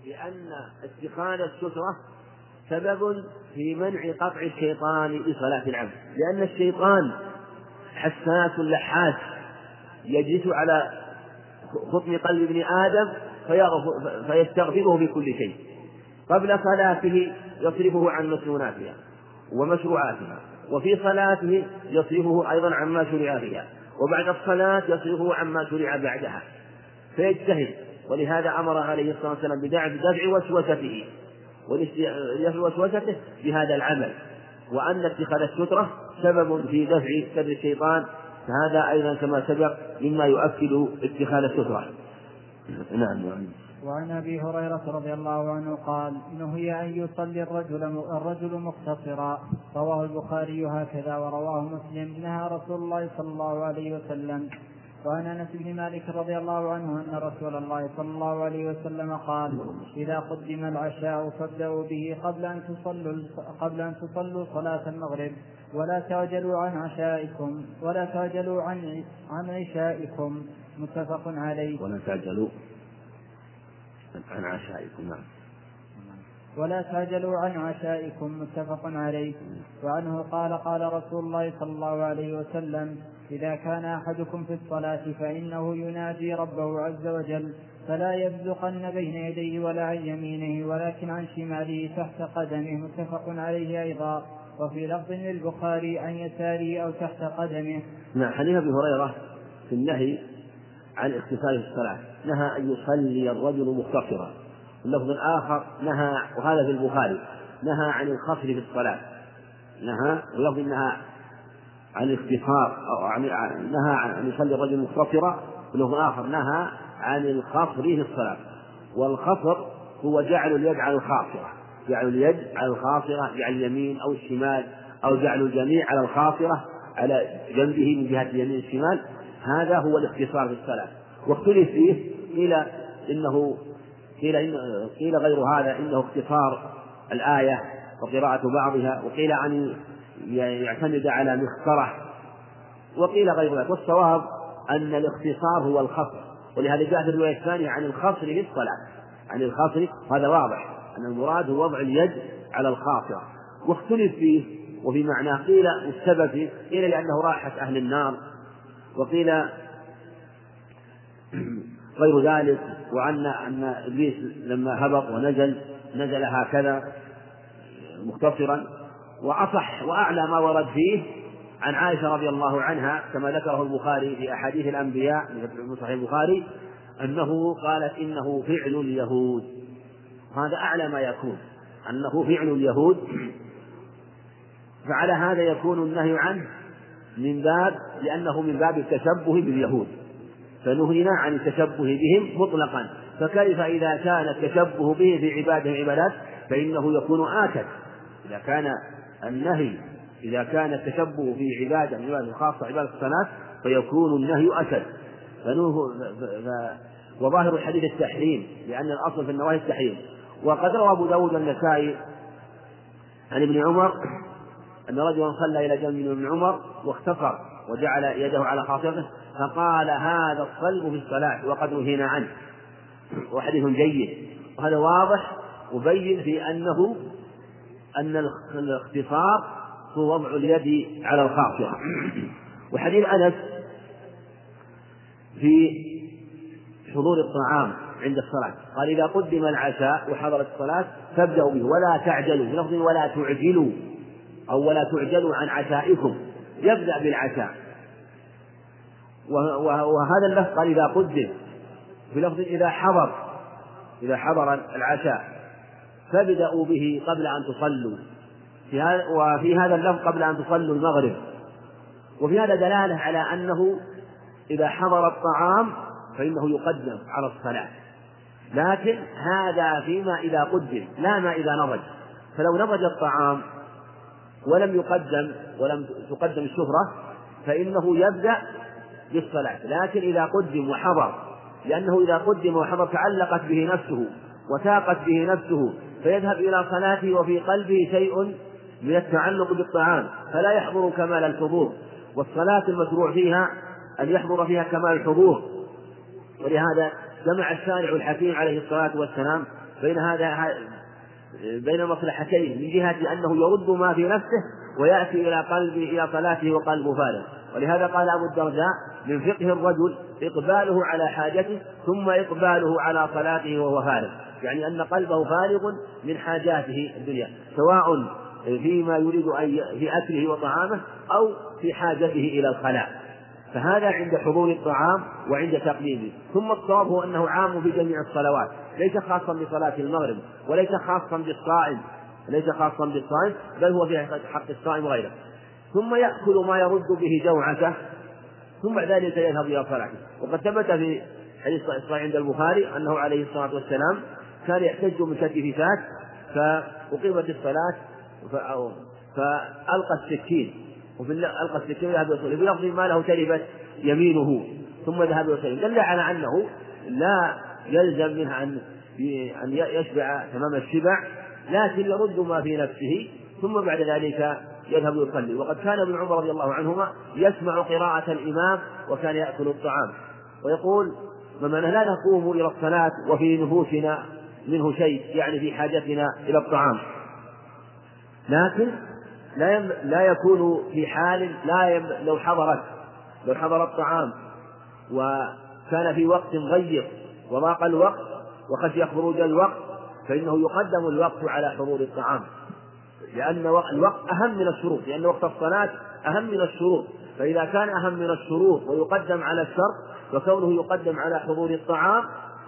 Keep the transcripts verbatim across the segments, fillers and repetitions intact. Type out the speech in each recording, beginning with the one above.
بأن اتخاذ السترة سبب في منع قطع الشيطان لصلاة العبد، لأن الشيطان حساس لحاس يجلس على خطم قلب ابن آدم فيستغفره بكل شيء، قبل صلاته يصرفه عن مسنوناتها ومشروعاتها، وفي صلاته يصرفه أيضا عما شرع فيها، وبعد الصلاة يصرفه عما شرع بعدها، فيجتهد. ولهذا أمر عليه الصلاة والسلام بدفع وسوسته وسوسته بهذا العمل، وأن اتخاذ السترة سبب في دفع شر الشيطان، فهذا أيضا كما سبق مما يؤكد اتخاذ السترة. نعم. وعن أبي هريرة رضي الله عنه قال: نهي أن يصلي الرجل, الرجل مختصرا، رواه البخاري هكذا، ورواه مسلم: نهى رسول الله صلى الله عليه وسلم. وعن أنس بن مالك رضي الله عنه أن رسول الله صلى الله عليه وسلم قال: إذا قدم العشاء فابدأوا به قبل أن تصلوا قبل أن تصلوا صلاة المغرب، ولا تعجلوا عن عشائكم ولا تعجلوا عن عن عشائكم. متفق عليه. ولا تعجلوا عن عشائكم. ولا تعجلوا عن عشائكم. متفق عليه. وعنه قال: قال رسول الله صلى الله عليه وسلم: إذا كان أحدكم في الصلاة فإنه يناجي ربه عز وجل، فلا يبزقن بين يديه ولا عن يمينه ولكن عن شماله تحت قدمه. متفق عليه أيضا. وفي لفظ للبخاري: عن يساره أو تحت قدمه. نعم. حديث أبي هريرة في النهي عن اختصار في الصلاة، نهى أن يصلي الرجل مختصرا. اللفظ الآخر نهى، وهذا في البخاري، نهى عن الخصر في الصلاة، نهى ولفظ نهى عن الاختصار، أو عن نهى عن أن يصلي الرجل مختصرا، ولفظ آخر نهى عن الخصر في الصلاة. والخصر هو جعل اليد على الخاصرة، جعل اليد على الخاصرة، جعل اليمين أو الشمال، أو جعل الجميع على الخاصرة على جنبه من جهة اليمين والشمال، هذا هو الاختصار في الصلاة. واختلف فيه، قيل إنه قيل, إن قيل غير هذا إنه اختصار الآية وقراءة بعضها، وقيل أن يعتمد على مختصرة، وقيل غير ذلك. والصواب أن الاختصار هو الخصر، ولهذا جاء في الرواية الثانية عن الخصر في الصلاة، عن الخصر، هذا واضح أن المراد هو وضع اليد على الخاصرة. واختلف فيه وفي معناه، قيل السبب فيه، قيل لأنه راحة أهل النار، وقيل غير ذلك، وأن أن إبليس لما هبط ونزل نزل هكذا مختصرا. وأصح وأعلى ما ورد فيه عن عائشة رضي الله عنها كما ذكره البخاري في أحاديث الأنبياء في صحيح البخاري، أنه قالت: إنه فعل اليهود. هذا أعلى ما يكون، أنه فعل اليهود، فعلى هذا يكون النهي عنه من باب، لأنه من باب التشبه باليهود، فنهينا عن التشبه بهم مطلقا. فكيف إذا كان التشبه به في عباده عبادات فإنه يكون آكد. إذا كان النهي إذا كان التشبه في عبادة عبادة خاصة عبادة الصلاة فيكون النهي أكد. وظاهر الحديث التحريم، لأن الأصل في النواهي التحريم. وقد روى أبو داود النسائي عن ابن عمر أن رجلا صلى إلى جنب ابن عمر واختصر وجعل يده على خاصرته، فقال: هذا الصلب في الصلاة وقد نهينا عنه. وحديث جيد، وهذا واضح مبين في أنه أن الاختصار هو وضع اليد على الخاصرة. وحديث أنس في حضور الطعام عند الصلاة قال: إذا قدم العشاء وحضرت الصلاة فابدأوا به ولا تعجلوا، بلفظ ولا تعجلوا أو ولا تعجلوا عن عشائكم، يبدأ بالعشاء. وهذا اللفظ قال: إذا قدم، بلفظ إذا حضر إذا حضر العشاء فابدأوا به قبل أن تصلوا، وفي هذا اللفظ قبل أن تصلوا المغرب. وفي هذا دلالة على أنه إذا حضر الطعام فإنه يقدم على الصلاة، لكن هذا فيما إذا قدم، لا ما إذا نضج. فلو نضج الطعام ولم يقدم ولم تقدم السفرة فإنه يبدأ بالصلاة، لكن إذا قدم وحضر، لأنه إذا قدم وحضر تعلقت به نفسه وتاقت به نفسه، فيذهب إلى صلاته وفي قلبه شيء من التعلق بالطعام، فلا يحضر كمال الحضور. والصلاة المشروع فيها أن يحضر فيها كمال الحضور. ولهذا جمع الشارع الحكيم عليه الصلاة والسلام بين هذا بين مصلحتين، من جهة أنه يرد ما في نفسه ويأتي إلى قلبه إلى صلاته وقلبه فارغ. ولهذا قال أبو الدرداء: من فقه الرجل إقباله على حاجته ثم إقباله على صلاته وهو فارغ، يعني أن قلبه فارغ من حاجاته الدنيا، سواء فيما يريد أن في أكله وطعامه أو في حاجته إلى الخلاء، فهذا عند حضور الطعام وعند تقديمه. ثم الصواب هو أنه عام في جميع الصلوات، ليس خاصا بصلاة المغرب وليس خاصا بالصائم ليس خاصا بالصائم بل هو في حق الصائم غيره. ثم يأكل ما يرد به جوعته ثم بعد ذلك يذهب إلى صلاته. وقد ثبت في حديث صحيح عند البخاري أنه عليه الصلاة والسلام كان يحتج من كتف فات، فأقيمت الصلاة فألقى السكين، وفي ألقى السكين وذهب يصلي، في لفظ ما له تربت يمينه ثم ذهب يصلي، دل على أنه لا يلزم منها أن يشبع تمام الشبع، لكن يرد ما في نفسه ثم بعد ذلك يذهب يصلي. وقد كان ابن عمر رضي الله عنهما يسمع قراءة الإمام وكان يأكل الطعام، ويقول: ممن لا نقوم إلى الصلاة وفي نفوسنا منه شيء، يعني في حاجتنا إلى الطعام، لكن لا يم... لا يكون في حال لا يم... لو حضرت لو حضر الطعام وكان في وقت ضيق وضاق الوقت وخشي خروج الوقت فإنه يقدم الوقت على حضور الطعام، لأن الوقت أهم من الشروط، لأن وقت الصلاة أهم من الشروط، فإذا كان أهم من الشروط ويقدم على الشرط فكونه يقدم على حضور الطعام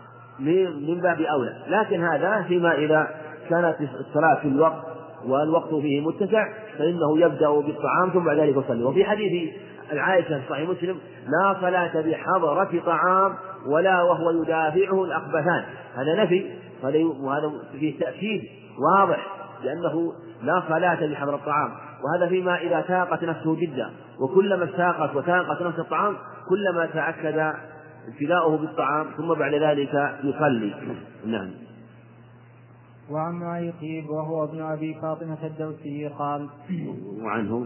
من باب أولى. لكن هذا فيما إذا كانت الصلاة في الوقت والوقت فيه متسع فإنه يبدأ بالطعام ثم بعد ذلك يصلي. وفي حديث العائشة صحيح مسلم: لا صلاة بحضرة طعام ولا وهو يدافعه الأخبثان. هذا نفي، وهذا فيه تأكيد واضح لأنه لا صلاة بحضرة الطعام، وهذا فيما إذا ساقت نفسه جدا، وكلما ساقت وساقت نفس الطعام كلما تأكد ابتداؤه بالطعام ثم بعد ذلك يصلي. نعم. وعن معيقيب وهو ابن أبي فاطمة الدوسي قال: وعنه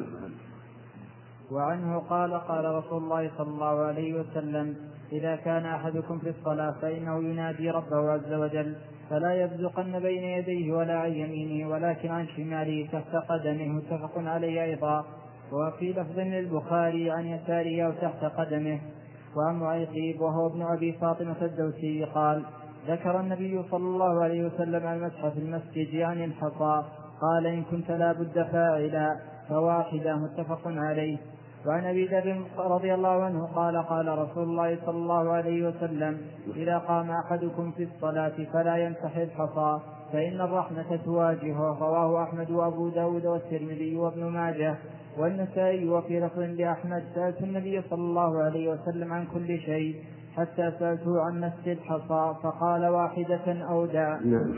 وعنه قال: قال رسول الله صلى الله عليه وسلم: إذا كان أحدكم في الصلاة فإنه ينادي ربه عز وجل فلا يبزقن بين يديه ولا عن يمينه ولكن عن شماله تحت قدمه، متفق عليه أيضا. وفي لفظ للبخاري: عن يساره أو تحت قدمه. وعن معيقيب وهو ابن أبي فاطمة الدوسي قال: ذكر النبي صلى الله عليه وسلم المسح في المسجد عن الحصى، قال: إن كنت لا بد فاعلا فواحدة، متفق عليه. وعن أبي ذر رضي الله عنه قال: قال رسول الله صلى الله عليه وسلم: إذا قام أحدكم في الصلاة فلا يمسح الحصى فإن الرحمة تواجهه. رواه أحمد وأبو داود والترمذي وابن ماجه والنسائي. وفي لفظ لأحمد: سألت النبي صلى الله عليه وسلم عن كل شيء حتى سألته عن مسح الحصى فقال: واحدة أو دع.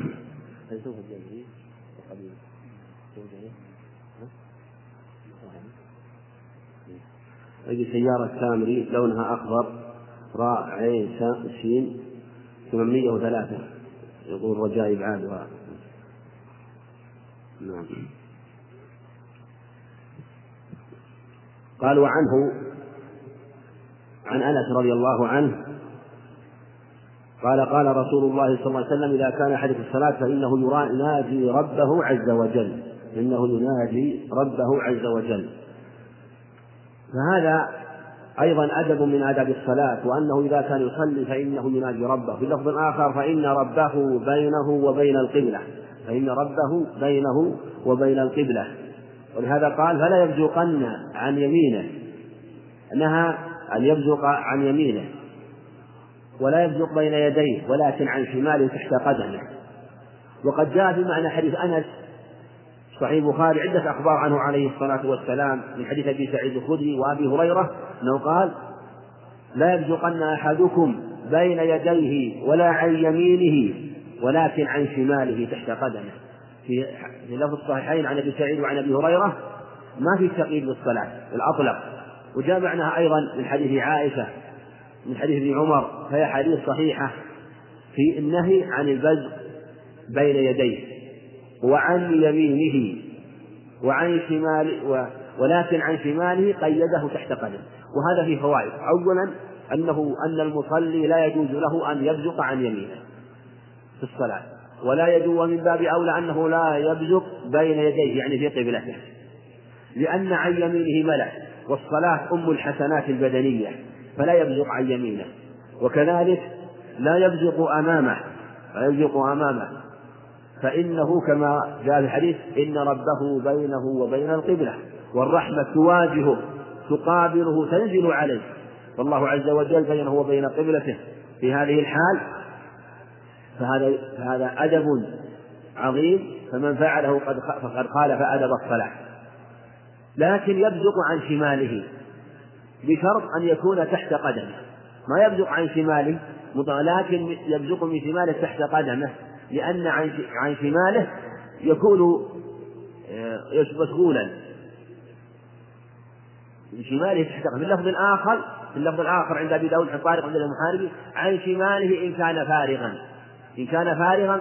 هذه سيارة كامري لونها أخضر، راء عين سين ثمانمائة وثلاثة، يقول رجاء إبعادها. نعم. قال: وعنه عن أنس رضي الله عنه قال: قال رسول الله صلى الله عليه وسلم: إذا كان أحد في الصلاة فإنه يناجي ربه عز وجل إنه يناجي ربه عز وجل. فهذا أيضا أدب من آداب الصلاة، وأنه إذا كان يصلي فإنه يناجي ربه. في لفظ آخر: فإن ربه بينه وبين القبلة فإن ربه بينه وبين القبلة. ولهذا قال: فلا يبزقن عن يمينه، نهى أن يبزق عن يمينه، ولا يبزق بين يديه ولكن عن شماله تحت قدمه. وقد جاء في معنى حديث أنس صحيح البخاري عدة أخبار عنه عليه الصلاة والسلام، من حديث أبي سعيد الخدري وأبي هريرة أنه قال: لا يبزقن أحدكم بين يديه ولا عن يمينه ولكن عن شماله تحت قدمه. في لفظ الصحيحين عن أبي سعيد وعن أبي هريرة ما في تقييد للصلاة الأطلق. وجاء معناها أيضا من حديث عائشة من حديث ابن عمر، فهي حديث صحيحة في النهي عن البزق بين يديه وعن يمينه وعن شماله، ولكن عن شماله قيده تحت قدم. وهذا فيه فوائد: أولا أنه أن المصلي لا يجوز له أن يبزق عن يمينه في الصلاة، ولا يدو من باب أولى أنه لا يبزق بين يديه يعني في قبلته، لأن عن يمينه ملأ، والصلاة أم الحسنات البدنية فلا يبزق عن يمينه، وكذلك لا يبزق أمامه لا يبزق أمامه فإنه كما جاء في الحديث إن ربه بينه وبين القبلة، والرحمة تواجهه تقابله تنزل عليه، والله عز وجل بينه وبين قبلته في هذه الحال، فهذا فهذا أدب عظيم، فمن فعله قد فقد خالف أدب الصلاة. لكن يبزق عن شماله بشرط أن يكون تحت قدمه، ما يبزق عن شماله لكن يبزق من شماله تحت قدمه، لأن عن شماله يكون مشغولا من شماله تحت قدمه. في اللفظ الآخر في اللفظ الآخر عند أبي داود عن طارق عند المحاربي عن شماله إن كان فارغا إن كان فارغا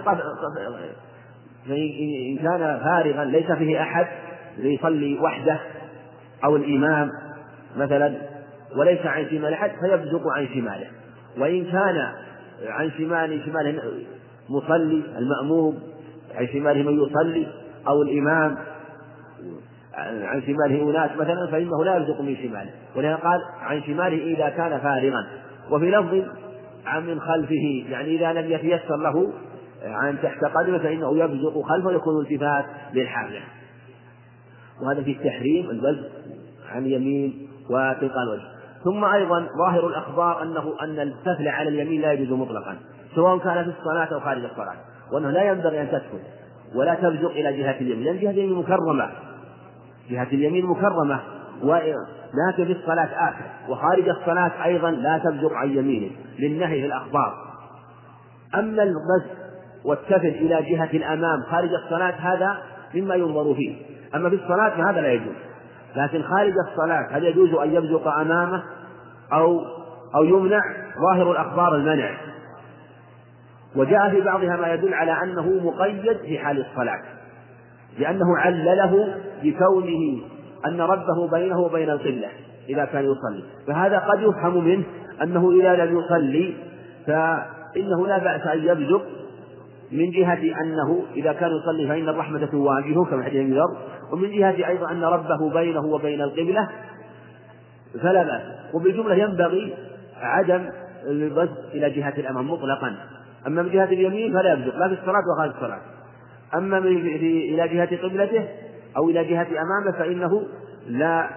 إن كان فارغا ليس فيه أحد ليصلي وحده أو الإمام مثلا وليس عن شمال أحد فيبزق عن شماله. وإن كان عن شماله شماله مصلي المأموم عن شماله من يصلي أو الإمام عن شماله أناس مثلا فإنه لا يبزق من شماله، ولهذا قال عن شماله إذا كان فارغا. وفي لفظ عن من خلفه يعني إذا لم يتيسر له عن تحت قدمه فإنه يبزق خلفه يكون التفات للحاجة. وهذا في التحريم البزق عن يمين وتلقاء الوجه. ثم أيضا ظاهر الأخبار أنه أن السفل على اليمين لا يجوز مطلقا سواء كان في الصلاة أو خارج الصلاة، وأنه لا ينبغي أن تسفل ولا تبزق إلى جهة اليمين، لأن جهة اليمين مكرمة جهة اليمين مكرمة لكن في الصلاة آخر، وخارج الصلاة أيضا لا تبزق عن يمينه للنهي في الأخبار. أما البزق والسفل إلى جهة الأمام خارج الصلاة هذا مما ينظر فيه، أما في الصلاة فهذا لا يجوز. لكن خارج الصلاة هل يجوز أن يبزق أمامه أو أو يمنع؟ ظاهر الأخبار المنع، وجاء في بعضها ما يدل على أنه مقيد في حال الصلاة، لأنه علله بكونه أن ربه بينه وبين القبلة إذا كان يصلي، فهذا قد يفهم منه أنه إذا لم يصلي فإنه لا بأس أن يبزق من جهة أنه إذا كان يصلي فإن الرحمة تواجهه كما حديث ابن ذر، ومن جهة أيضا أن ربه بينه وبين القبلة فلا بأس. وبالجملة ينبغي عدم البزق إلى جهة الأمام مطلقا، أما من جهة اليمين فلا يبزق لا في الصلاة وخارج الصلاة، أما إلى جهة قبلته أو إلى جهة أمامه فإنه لا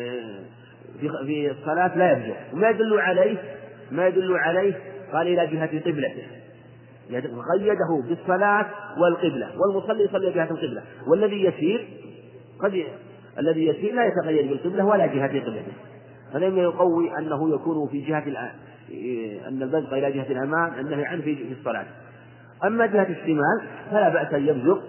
في الصلاة لا يبزق. وما يدل عليه ما يدل عليه قال إلى جهة قبلته، قيده بالصلاة والقبلة، والمصلي يصلي جهة القبلة، والذي يسير قد ي... الذي يسير لا يتقيد بالقبلة ولا جهة قبلته، فلما يقوي أنه يكون في جهة الأ... أن البزق إلى جهة الأمام النهي عنه في الصلاة. أما جهة الشمال فلا بأس أن يبزق،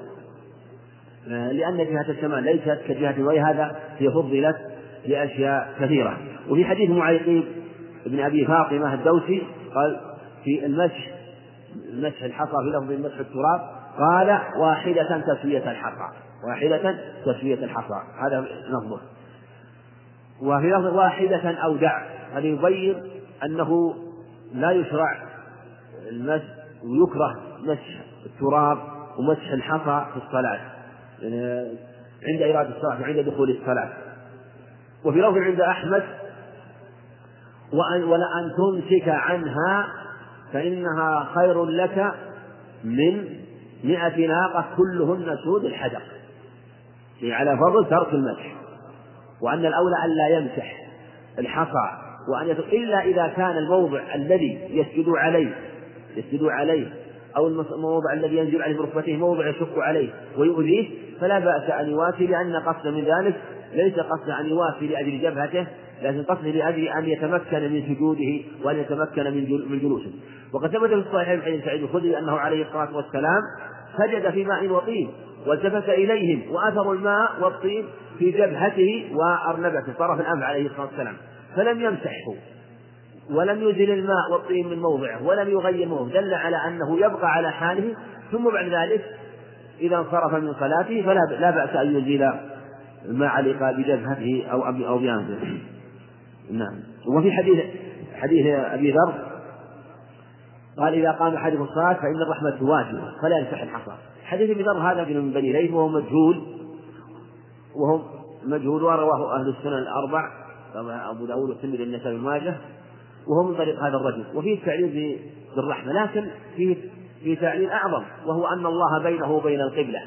لأن جهة الشمال ليست كجهة وهذا هي فضلت لأشياء كثيرة. وفي حديث معيقيب ابن أبي فاطمة الدوسي قال في المسح مسح الحصى في لفظ مسح التراب قال واحدة تسوية الحصى واحدة تسوية الحصى هذا لفظه. وفي لفظ واحدة أو دع هذا يبين أنه لا يشرع المسح ويكره مسح التراب ومسح الحصى في الصلاة يعني عند إرادة الصلاة وعند دخول الصلاة. وفي لفظ عند أحمد وأن ولأن تمسك عنها فإنها خير لك من مئة ناقة كلهن سود الحدق، يعني على فضل ترك المسح، وأن الأولى أن لا يمسح الحصى وأن يترك إلا إذا كان الموضع الذي يسجد عليه يسجد عليه أو الموضع الذي ينزل عليه بركبته موضع يشق عليه ويؤذيه فلا بأس أن يواسي، لأن قصد من ذلك ليس قصد أن يواسي لأجل جبهته، لكن قصد لأجل أن يتمكن من سجوده وأن يتمكن من جلوسه. وقد ثبت في الصحيحين حديث سعيد الخدري أنه عليه الصلاة والسلام سجد في ماء وطين والتفت إليهم وأثر الماء والطين في جبهته وأرنبته طرف الأنف عليه الصلاة والسلام، فلم يمسحه ولم يزل الماء والطين من موضعه ولم يغير موضعه، دل على أنه يبقى على حاله. ثم بعد ذلك إذا انصرف من صلاته فلا لا بأس أن يزيل ما علق بجبهته أو أو بأنفه. نعم. وفي حديث حديث أبي ذر قال إذا قام أحدكم الصلاة فإن الرحمة تواجهه فلا يمسح الحصى. حديث ابن ذر هذا من بني ليث وهو مجهول وهم مجهول ورواه أهل السنن الأربع أبو داود والترمذي والنسائي وابن ماجه وهو من طريق هذا الرجل. وفيه تعليل بالرحمة، لكن فيه في تعليل أعظم وهو أن الله بينه وبين القبلة.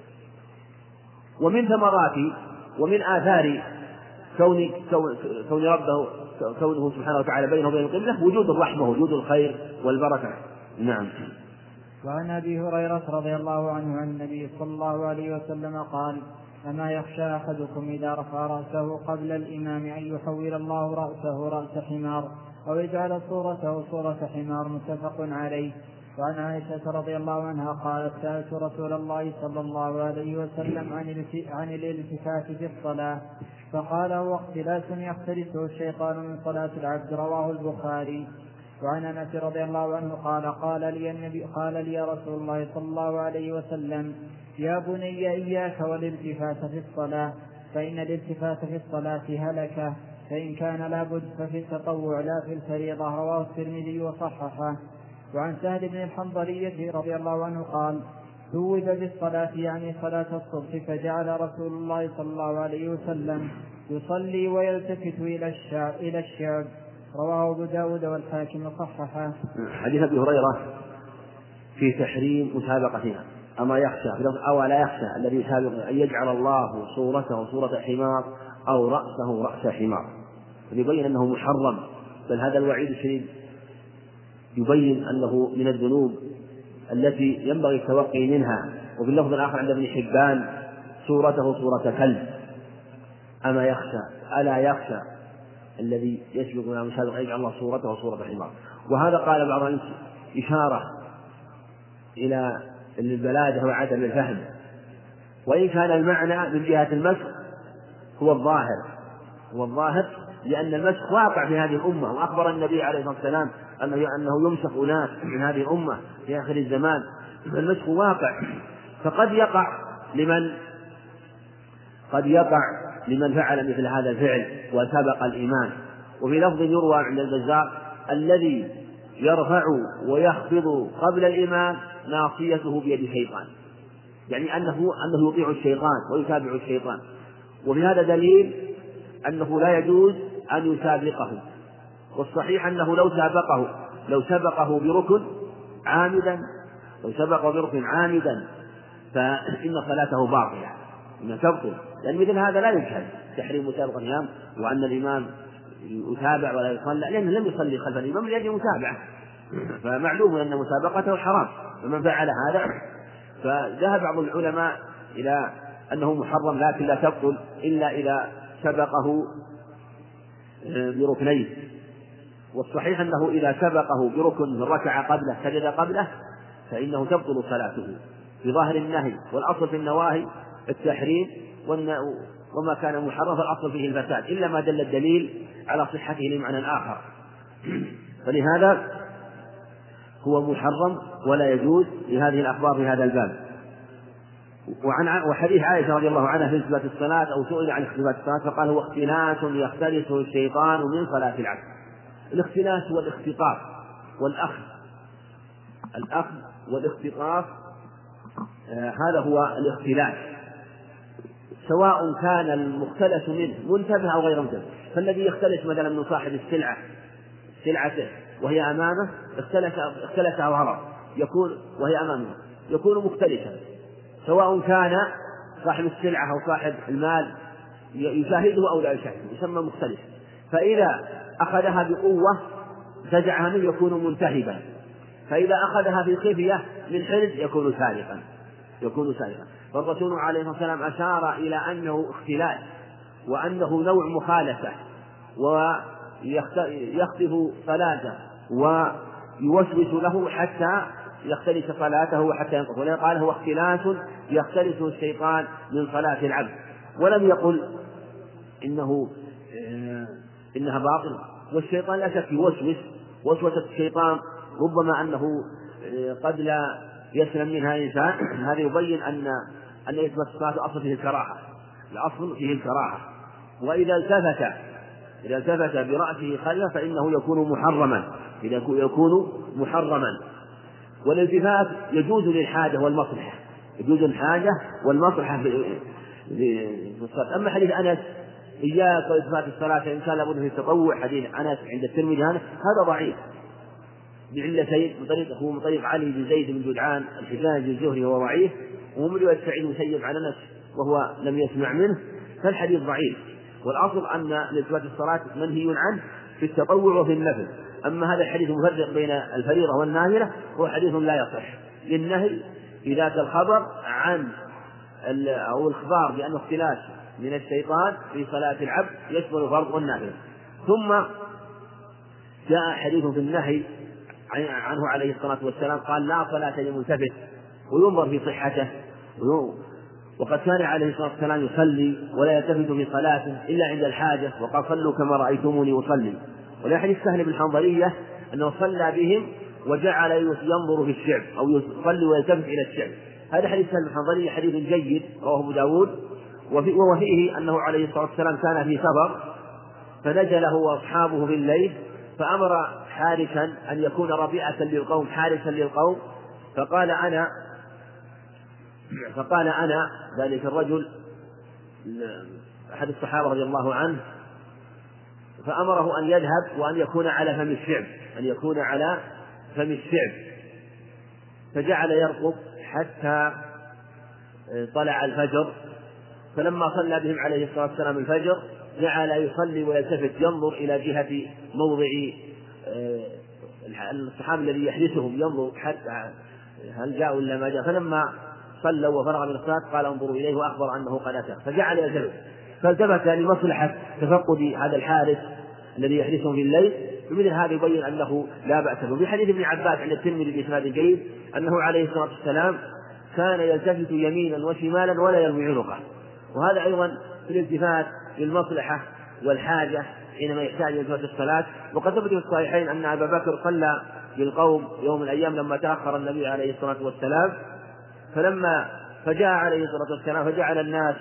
ومن ثمرات ومن آثار كون كون ربه كونه سبحانه وتعالى بينه وبين القبلة وجود الرحمة وجود الخير والبركة. نعم. وعن أبي هريرة رضي الله عنه عن النبي صلى الله عليه وسلم قال: أما يخشى أحدكم إذا رفع رأسه قبل الإمام أن يحول الله رأسه رأس حمار أو يجعل صورته صورة حمار. متفق عليه. وعن عائشة رضي الله عنها قالت: سألت رسول الله صلى الله عليه وسلم عن الالتفات في الصلاة فقال: هو اختلاس يختلسه الشيطان من صلاة العبد. رواه البخاري. وعن أنس رضي الله عنه قال: قال لي النبي قال لي رسول الله صلى الله عليه وسلم: يا بني إياك والالتفات في الصلاة، فإن الالتفات في الصلاة هلكة، فإن كان لابد ففي التطوع لا في الفريضة. رواه الترمذي وصححه. وعن سهل بن الحنظلية رضي الله عنه قال: ثوب بالصلاة يعني صلاة الصبح، فجعل رسول الله صلى الله عليه وسلم يصلي ويلتفت إلى الشعب, إلى الشعب. رواه أبو داود والحاكم وصححه. حديث أبي هريرة في تحريم مسابقتها. أما يخشى أو لا يخشى الذي يسابق أن يجعل الله صورته صورة حمار أو رأسه رأس حمار، يبين أنه محرم. بل هذا الوعيد الشديد يبين أنه من الذنوب التي ينبغي التوقي منها. وفي اللفظ الآخر عند ابن حبان: صورته صورة كلب. أما يخشى ألا يخشى الذي يسبق من المسابقة يجعل الله صورته صورة حمار. وهذا قال بعض الناس إشارة إلى البلادة وعدم الفهم، وإن كان المعنى من جهة المسخ هو الظاهر هو الظاهر لأن المسخ واقع في هذه الأمة. وأخبر النبي عليه الصلاة والسلام أنه أنه يمسخ أناس من هذه الأمة في آخر الزمان. المسخ واقع، فقد يقع لمن قد يقع لمن فعل مثل هذا الفعل وسبق الإمام. وفي لفظ يروى عند البزار: الذي يرفع ويخفض قبل الإمام ناصيته بيد الشيطان، يعني أنه أنه يطيع الشيطان ويتابع الشيطان. وفي هذا دليل أنه لا يجوز أن يسابقه. والصحيح أنه لو سابقه لو سبقه بركن عامدا لو سبقه بركن عامدا فإن صلاته باطلة، إن تبطل، لأن مثل هذا لا يجهل تحريم مسابقة الإمام وأن الإمام يتابع ولا يصلى، لأنه لم يصلي خلف الإمام لأجل متابعة، فمعلوم أن مسابقته حرام. ومن فعل هذا فذهب بعض العلماء إلى أنه محرم، لكن لا تبطل إلا إذا سبقه بركنين. والصحيح أنه إذا سبقه بركن ركع قبله سجد قبله فإنه تبطل صلاته في ظاهر النهي. والأصل في النواهي التحريم، وما كان محرم فالأصل فيه الفساد إلا ما دل الدليل على صحته لمعنى آخر. فلهذا هو محرم ولا يجوز لهذه الأخبار في هذا الباب. وعن وحديث عائشة رضي الله عنها في إثبات الصلاة أو سئل عن اختلاف الصلاة فقال: هو اختلاس يختلسه الشيطان من صلاة العبد. الاختلاس هو الاختطاف والأخذ الأخذ والاختطاف آه هذا هو الاختلاس، سواء كان المختلس منه منتبه أو غير منتبه. فالذي يختلس مثلا من صاحب السلعة سلعته وهي أمامه اختلس اختلسها وهرب يكون وهي أمامه يكون مختلسا، سواء كان صاحب السلعة أو صاحب المال يشاهده أو لا يشاهده يسمى مختلف. فإذا أخذها بقوة فزعها منه يكون منتهبا، فإذا أخذها في خفية من حرز يكون سارقا يكون سارقا. فالرسول عليه الصلاة والسلام أشار إلى أنه اختلاس وأنه نوع مخالفة ويخطف صلاته ويوسوس له حتى يختلس صلاته وحتى ينقض. ولذلك قال: هو اختلاس يختلسه الشيطان من صلاة العبد. ولم يقل إنه إنها باطلة. والشيطان لا شك يوسوس وسوسة الشيطان ربما أنه قد لا يسلم منها إنسان. هذا يبين أن أن إثبات الصلاة أصل فيه الكراهة الأصل فيه الكراهة. وإذا التفت إذا التفت برأسه خلفه فإنه يكون محرما إذا يكون محرما. والالتفات يجوز للحاجة والمصلحة، يجوز الحاجة والمصلحة في الصلاة. أما حديث أنس إياك وإثبات الصلاة إن كان لابد في التطوع، حديث أنس عند الترمذي هذا ضعيف بعلتين، من طريق هو من طريق علي بن زيد بن جدعان الحجاج الزهري وهو ضعيف، ومن رواية سعيد المسيب عن أنس وهو لم يسمع منه، فالحديث ضعيف. والأصل أن إثبات الصلاة منهي عنه في التطوع وفي النفل. أما هذا الحديث المفرق بين الفريضة والنافلة هو حديث لا يصح للنهي في ذات الخبر عن أو الإخبار بأنه اختلاس من الشيطان في صلاة العبد يشمل الفرض والنافلة. ثم جاء حديث في النهي عنه عليه الصلاة والسلام قال لا صلاة لملتفت، وينظر في صحته، وقد كان عليه الصلاة والسلام يصلي ولا يلتفت في صلاته إلا عند الحاجة، وقال صلوا كما رأيتموني أصلي. ولا حديث سهل بن حنظلية أنه صلى بهم وجعل ينظر في الشعب أو يصلي ويلتفت إلى الشعب. هذا حديث سهل بن حنظلية حديث جيد رواه أبو داود، وهو فيه أنه عليه الصلاة والسلام كان في سفر فنزل هو وأصحابه في الليل، فأمر حارسا أن يكون ربيعة للقوم حارسا للقوم، فقال أنا فقال أنا ذلك الرجل أحد الصحابة رضي الله عنه، فأمره أن يذهب وأن يكون على فم الشعب أن يكون على فم الشعب فجعل يرقب حتى طلع الفجر. فلما صلى بهم عليه الصلاة والسلام الفجر جعل يصلي ويلتفت ينظر إلى جهة موضع الصحابة الذي يحدثهم، ينظر حتى هل جاء ولا ما جاء. فلما صلوا وفرغ من الصلاة قال انظروا إليه وأخبر أنه قد أتى، فجعل يلتفت، فالتفت لمصلحة تفقد هذا الحارس الذي يحدثهم في الليل. بمثل هذا يبين أنه لا بأس به. في حديث ابن عباس عند الترمذي بإسناد جيد أنه عليه الصلاة والسلام كان يلتفت يمينا وشمالا ولا يرمي عنقه، وهذا أيضا في الالتفات للمصلحة والحاجة حينما يحتاج إلى التفات الصلاة. وقد ثبت في الصحيحين أن أبا بكر صلى بالقوم يوم من الأيام لما تأخر النبي عليه الصلاة والسلام، فلما فجاء عليه الصلاة والسلام فجعل الناس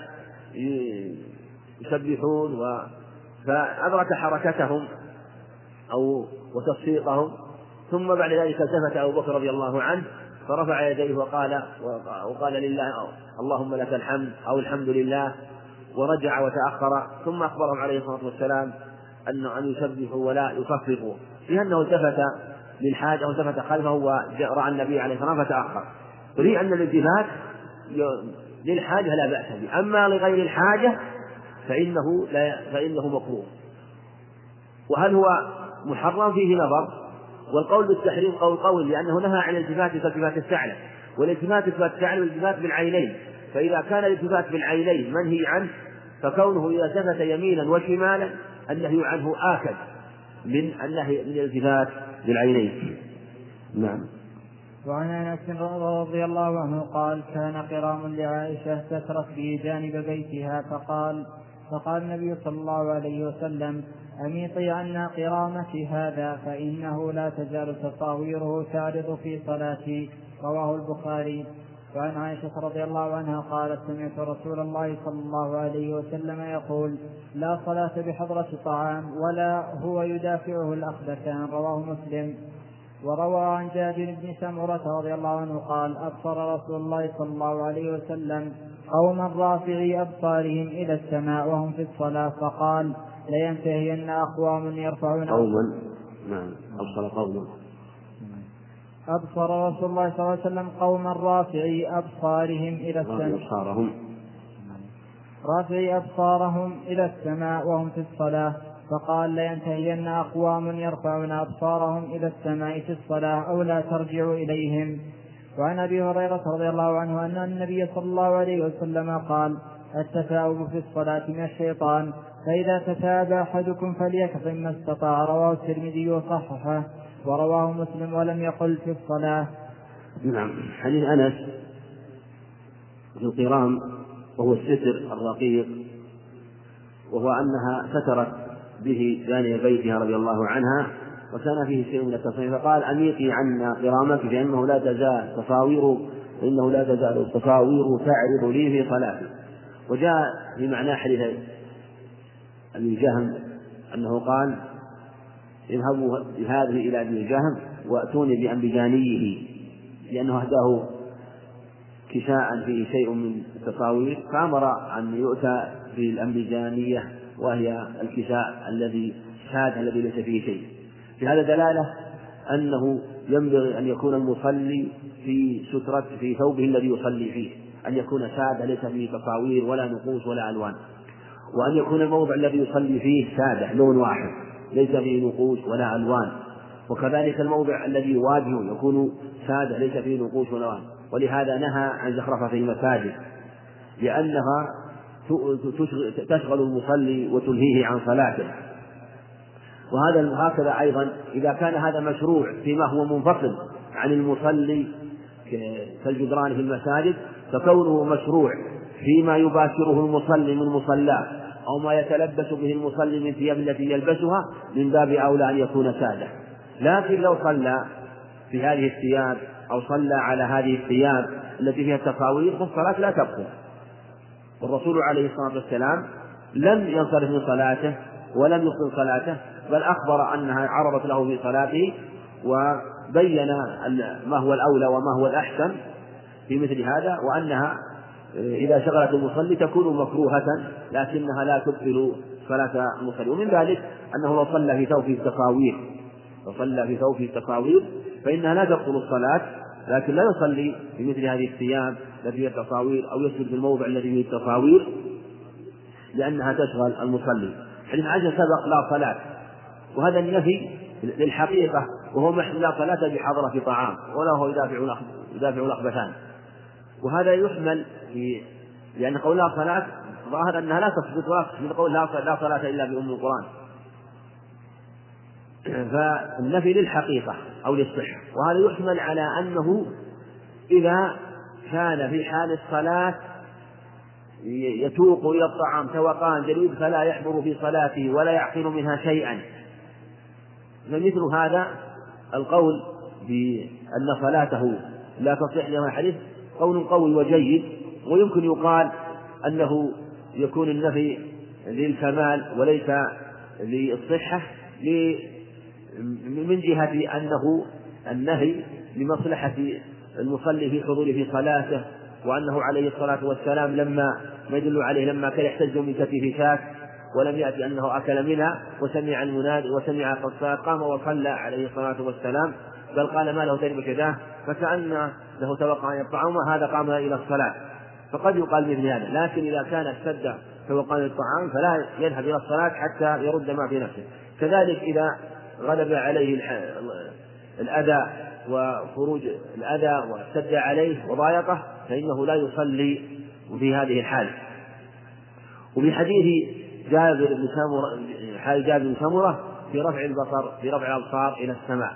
يسبحون و فأدرك حركتهم أو وتصفيقهم، ثم بعد ذلك التفت أبو بكر رضي الله عنه فرفع يديه وقال وقال لله اللهم لك الحمد أو الحمد لله، ورجع وتأخر. ثم أخبرهم عليه الصلاة والسلام أنه أن يسبحوا ولا يصفقوا، لأنه التفت للحاجة والتفت خلفه ورأى النبي عليه الصلاة والسلام فتأخر. يريد أن الالتفات للحاجة لا بأس به، أما لغير الحاجة فإنه لا فإنه مكروه. وهل هو محرم فيه نظر، والقول بالتحريم قول قول، لأنه نهى عن الالتفات كالتفات الثعلب، والالتفات كالتفات الثعلب الالتفات بالعينين، فإذا كان الالتفات بالعينين منهي عنه فكونه إذا التفت يمينا وشمالا النهي عنه آكد من النهي من الالتفات بالعينين. نعم. وعن أنس رضي الله عنه قال كان قرام لعائشة تترك به جانب بيتها، فقال فقال النبي صلى الله عليه وسلم أميطي عنا قرامك هذا فإنه لا تزال تصاويره تعرض في صلاتي. رواه البخاري. وعن عائشة رضي الله عنها قالت سمعت رسول الله صلى الله عليه وسلم يقول لا صلاة بحضرة طعام ولا هو يدافعه الأخبثان. رواه مسلم. وروى عن جابر بن سمرة رضي الله عنه قال أبصر رسول الله صلى الله عليه وسلم قوما رافعي أبصارهم إلى السماء وهم في الصلاة فقال لينتهين أقوام يرفعون قوما نعم أبصر قوما أبصر رسول الله صلى الله عليه وسلم قوما رافعي أبصارهم إلى السماء رافعي أبصارهم إلى السماء وهم في الصلاة فقال لينتهين أقوام يرفعون أبصارهم إلى السماء في الصلاة أو لا ترجعوا إليهم. وعن أبي هريرة رضي الله عنه أن النبي صلى الله عليه وسلم قال التثاؤب في الصلاة من الشيطان فإذا تثاب أحدكم فليكظم ما استطاع. رواه الترمذي وصححه ورواه مسلم ولم يقل في الصلاة. نعم. حديث أنس في القرام وهو الستر الرقيق، وهو أنها سترت به جانب بيتها رضي الله عنها وكان فيه شيء من التصوير، فقال أميقي عنا قرامك فإنه لا تزال تصاوير فإنه لا تزال تصاوير تعرض لي في صلاتي. وجاء في معنى حديث أبي جهم أنه قال اذهبوا بهذه إلى أبي جهم وأتوني بأنبجانيه، لأنه أهداه كساء فيه شيء من التصاوير، فأمر أن يؤتى بالأنبجانية وهي الكساء الذي شاد الذي ليس فيه شيء. في هذا دلالة أنه ينبغي أن يكون المصلي في سترة في ثوبه الذي يصلي فيه، أن يكون سادة ليس فيه تصاوير ولا نقوش ولا ألوان، وأن يكون الموضع الذي يصلي فيه سادة لون واحد ليس فيه نقوش ولا ألوان، وكذلك الموضع الذي يواجهه يكون سادة ليس فيه نقوش ولا ألوان. ولهذا نهى عن زخرفة في المساجد، لأنها تشغل المصلي وتلهيه عن صلاته. وهذا هكذا أيضا إذا كان هذا مشروع فيما هو منفصل عن المصلي كالجدران في المساجد، فكونه مشروع فيما يباشره المصلي من مصلاه أو ما يتلبس به المصلي من ثياب التي يلبسها من باب أولى أن يكون سادة. لكن لو صلى في هذه الثياب أو صلى على هذه الثياب التي فيها التصاوير فالصلاة لا تبطل. والرسول عليه الصلاة والسلام لم ينصرف من صلاته ولم يبطل صلاته، بل أخبر أنها عرضت له في صلاته وبين ما هو الأولى وما هو الأحسن في مثل هذا، وأنها إذا شغلت المصلي تكون مكروهة لكنها لا تبطل صلاة المصلي. ومن ذلك أنه لو صلى في ثوبه التصاوير لو صلى في ثوبه التصاوير فإنها لا تبطل الصلاة، لكن لا يصلي في مثل هذه الثياب التي فيها التصاوير أو يسجد في الموضع الذي فيه التصاوير لأنها تشغل المصلي. حديث عائشة سبق لا صلاة، وهذا النفي للحقيقة، وهو لا صلاة بحضرة طعام ولا هو يدافع يدافع الأخبثان. وهذا يحمل في لأن قول لا صلاة ظاهر أنها لا تثبت من قول لا صلاة إلا بأم القرآن، فالنفي للحقيقة أو للصحة. وهذا يحمل على أنه إذا كان في حال الصلاة يتوق إلى الطعام توقان جليد فلا يحضر في صلاته ولا يعقل منها شيئا، فمثل هذا القول بأن صلاته لا تصح لما الحديث قول قوي وجيد، ويمكن يقال أنه يكون النفي للكمال وليس للصحة من جهة أنه النهي لمصلحة المصلي في حضوره في صلاته، وأنه عليه الصلاة والسلام لما ما يدل عليه لما كان يحتج من كتف شاة ولم يأتي أنه أكل منها وسمع المنادي وسمع الصلاة قام وصلى عليه الصلاة والسلام، بل قال ما له ترب كذاه فكأن له توقع عن الطعام هذا قام إلى الصلاة، فقد يقال مثل هذا. لكن إذا كان اشتد توقع عن الطعام فلا يذهب إلى الصلاة حتى يرد ما في نفسه. كذلك إذا غلب عليه الأذى وخروج الأذى واشتد عليه وضايقه فإنه لا يصلي في هذه الحال. وفي حديث جابر بن سمرة حال جابر بن سمرة في رفع البصر في رفع الأبصار إلى السماء،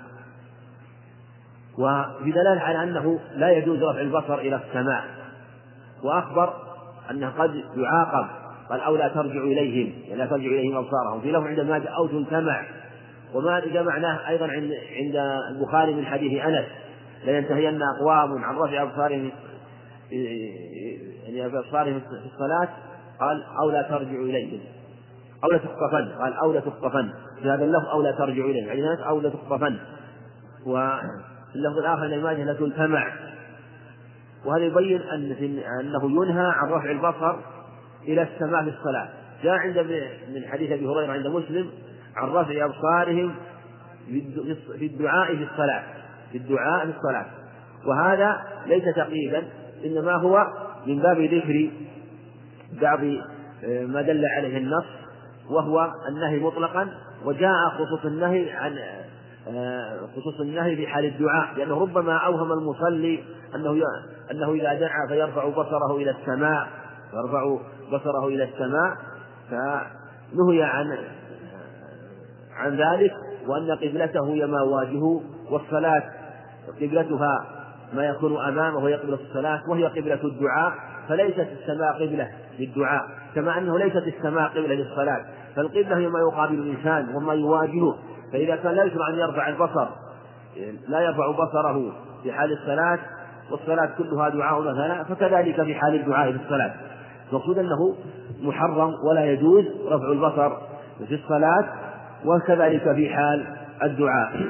وفي دلالة على أنه لا يجوز رفع البصر إلى السماء، وأخبر أنه قد يعاقب قال أو لا ترجع إليهم يعني لا ترجع إليهم أبصارهم في لفظ عند ماجه أو تلتمع. وما إذا معناه أيضا عند البخاري من حديث أنس لا ينتهين أقوام عن رفع أبصارهم يعني أبصارهم في الصلاة قال أو لا ترجع إليهم أو لا تخطفن قال أو لا تخطفن في هذا اللفظ أو لا ترجع إليهم يعني الناس أو لا تخطفن. وفي اللفظ الآخر عند ماجه لا تلتمع. وهذا يبين أن أنه ينهى عن رفع البصر إلى السماء في الصلاة. جاء عند من حديث أبي هريرة عند مسلم عن رفع أبصارهم في الدعاء في الصلاة في الدعاء في الصلاة وهذا ليس تقييدا إنما هو من باب ذكر بعض ما دل عليه النص وهو النهي مطلقا، وجاء خصوص النهي عن خصوص النهي في حال الدعاء، لأنه ربما أوهم المصلي أنه أنه إذا دعا فيرفع بصره إلى السماء يرفع بصره إلى السماء فنهي عن عن ذلك، وأن قبلته هي ما واجهه، والصلاة قبلتها ما يكون أمامه وهي قبلة الصلاة وهي قبلة الدعاء، فليست السماء قبلة للدعاء كما أنه ليست السماء قبلة للصلاة، فالقبلة هي ما يقابل الإنسان وما يواجهه. فإذا كان لا يشرع أن يرفع البصر لا يرفع بصره في حال الصلاة والصلاة كلها دعاء مثلا فكذلك في حال الدعاء في الصلاة. المقصود أنه محرم ولا يجوز رفع البصر في الصلاة، وكذلك في حال الدعاء.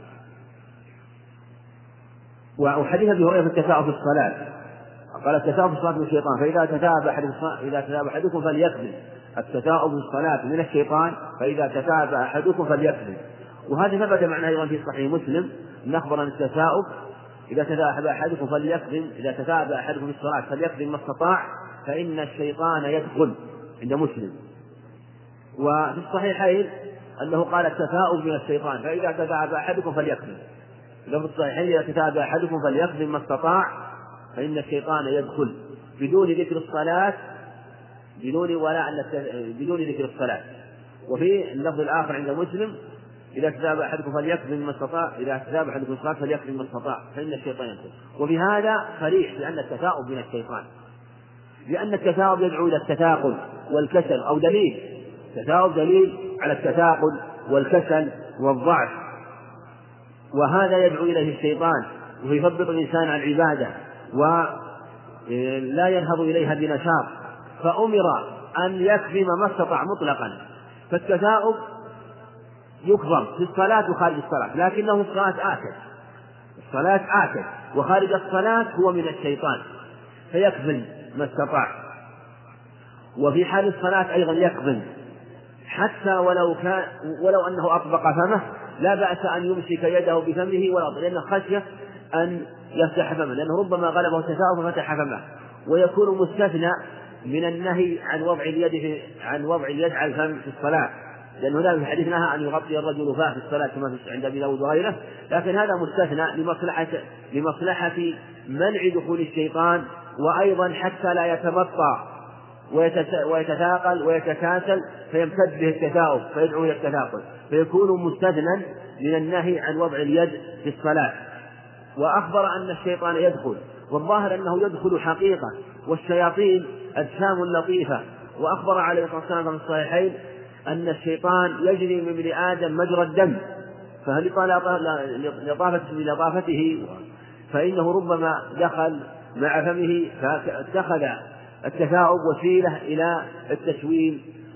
وحديث ابي هريره في التثاؤب في الصلاه قال التثاؤب في الصلاه من الشيطان فاذا تثاءب احدكم اذا تثاءب احدكم فليكذب. التثاءب في الصلاه من الشيطان فاذا تثاءب احدكم فليكذب. وهذا ثبت معنا ايضا في صحيح مسلم ان اخبر ان التثاؤب اذا تثاءب احدكم فليكذب اذا تثاءب احدكم في الصلاه فليكذب ما استطاع فان الشيطان يدخل عند مسلم. وفي الصحيحين انه قال التثاؤب من الشيطان فاذا تثاءب احدكم فليكذب. في الصحيحين اذا تثاءب احدكم فليكذب ما استطاع فإن الشيطان يدخل بدون ذكر الصلاة بدون ولا بدون ذكر الصلاة. وفي اللفظ الآخر عند مسلم إذا تثاءب أحدكم فليكذب ما استطاع إذا تثاءب أحدكم الصلاة فليكذب ما استطاع فإن الشيطان يدخل. وفي هذا صريح بأن التثاؤب من الشيطان لأن التثاؤب يدعو إلى التثاقل والكسل أو دليل التثاؤب دليل على التثاقل والكسل والضعف وهذا يدعو إليه الشيطان ويثبط الإنسان عن العبادة ولا ينهض إليها بنشاط فأمر أن يكظم ما استطاع مطلقا. فالتثاؤب يكظم في الصلاة وخارج الصلاة لكنه في الصلاة آكد الصلاة آكد وخارج الصلاة هو من الشيطان فيكظم ما استطاع. وفي حال الصلاة أيضا يكظم حتى ولو كان ولو أنه أطبق فمه لا بأس أن يمسك يده بفمه ولا لأن خشية أن يفتح فمه لأنه ربما غلبه التثاؤب ففتح فمه. ويكون مستثنى من النهي عن وضع اليد في عن وضع اليد على الفم في الصلاة لأنه لا في حديث نهى أن يغطي الرجل فاه في الصلاة كما في عند أبي داود وغيره لكن هذا مستثنى لمصلحة لمصلحة منع دخول الشيطان وأيضا حتى لا يتبطأ ويتثاقل ويتكاسل فيمتد به التثاؤب فيدعو إلى التثاقل فيكون مستثنى من النهي عن وضع اليد في الصلاة. وأخبر أن الشيطان يدخل والظاهر أنه يدخل حقيقة والشياطين أجسام لطيفة. وأخبر عليه الصلاة والسلام في الصحيحين أن الشيطان يجري من ابن آدم مجرى الدم فهل لطافته فإنه ربما دخل مع فمه فاتخذ التثاؤب وسيلة إلى التشوين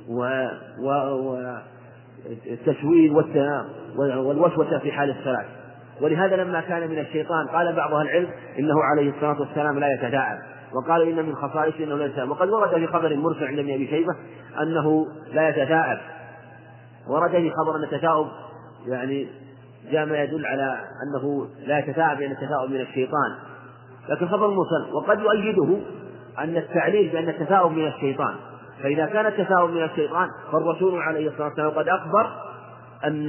والتشوين والوسوسة في حال الصلاة. ولهذا لما كان من الشيطان قال بعض أهل العلم إنه عليه الصلاة والسلام لا يتثاءب وقال إن من خصائصه إنه لا يتثاءب. وقد ورد في خبر مرسل عند ابن أبي شيبة أنه لا يتثاءب ورد في خبر أن التثاؤب يعني جاء ما يدل على أنه لا يتثاءب لأن التثاؤب من الشيطان لكن خبر مرسل. وقد يؤيده أن التعليل بأن التثاؤب من الشيطان فإذا كان التثاؤب من الشيطان فالرسول عليه الصلاة والسلام قد أخبر أن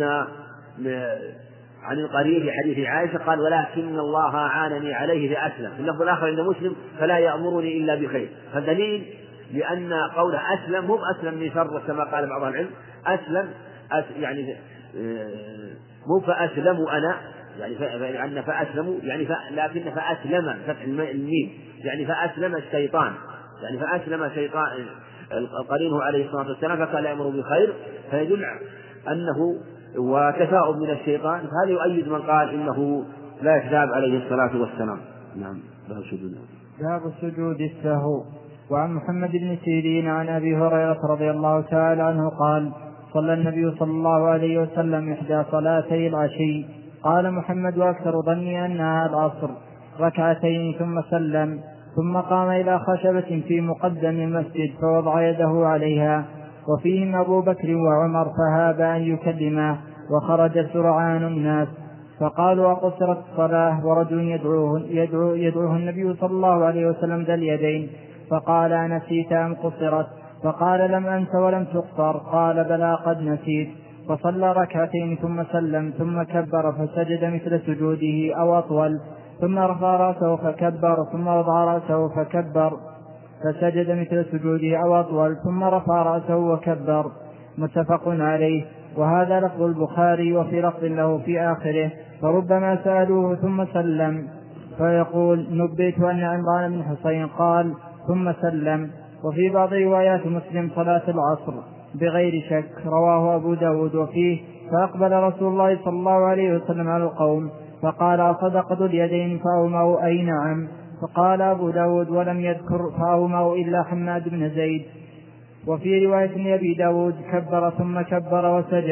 عن القريب في حديث عائشة قال ولكن الله عانني عليه فأسلم. في اللفظ الآخر عند مسلم فلا يأمرني إلا بخير. فالدليل لأن قول أسلم مو أسلم من شر كما قال بعض العلم أسلم أس يعني مو فأسلم أنا يعني فأن فأسلموا يعني ف... لكن فأسلم فتح الميم يعني فأسلم الشيطان يعني فأسلم شيطان قرينه عليه الصلاة والسلام فكان لا يأمر بخير فيدل أنه وتثاؤب من الشيطان. هذا يؤيد من قال إنه لا يتثاءب عليه الصلاة والسلام. نعم. باب السجود. باب السجود السهو. وعن محمد بن سيرين عن أبي هريرة رضي الله تعالى عنه قال صلى النبي صلى الله عليه وسلم إحدى صلاتي العشي قال محمد وأكثر ظني أنها العصر ركعتين ثم سلم ثم قام إلى خشبة في مقدم المسجد فوضع يده عليها وفيهم أبو بكر وعمر فهاب أن يكلمه وخرج سرعان الناس فقالوا أقصرت الصلاة ورجل يدعوه, يدعو يدعوه النبي صلى الله عليه وسلم ذا اليدين فقال أنسيت أم قصرت فقال لم أنس ولم تقصر قال بلى قد نسيت فصلى ركعتين ثم سلم ثم كبر فسجد مثل سجوده أو أطول ثم رفع رأسه فكبر ثم وضع رأسه فكبر فسجد مثل سجوده أو أطول ثم رفع رأسه وكبر. متفق عليه. وهذا لفظ البخاري وفي لفظ له في آخره فربما سألوه ثم سلم فيقول نبئت أن عمران بن حسين قال ثم سلم. وفي بعض روايات مسلم صلاة العصر بغير شك رواه أبو داود وفيه فأقبل رسول الله صلى الله عليه وسلم على القوم فقال أصدقت اليدين فأوموا أي نعم فقال أبو داود ولم يذكر فأوموا إلا حماد بن زيد. وفي رواية أبي داود كبر ثم كبر وسجد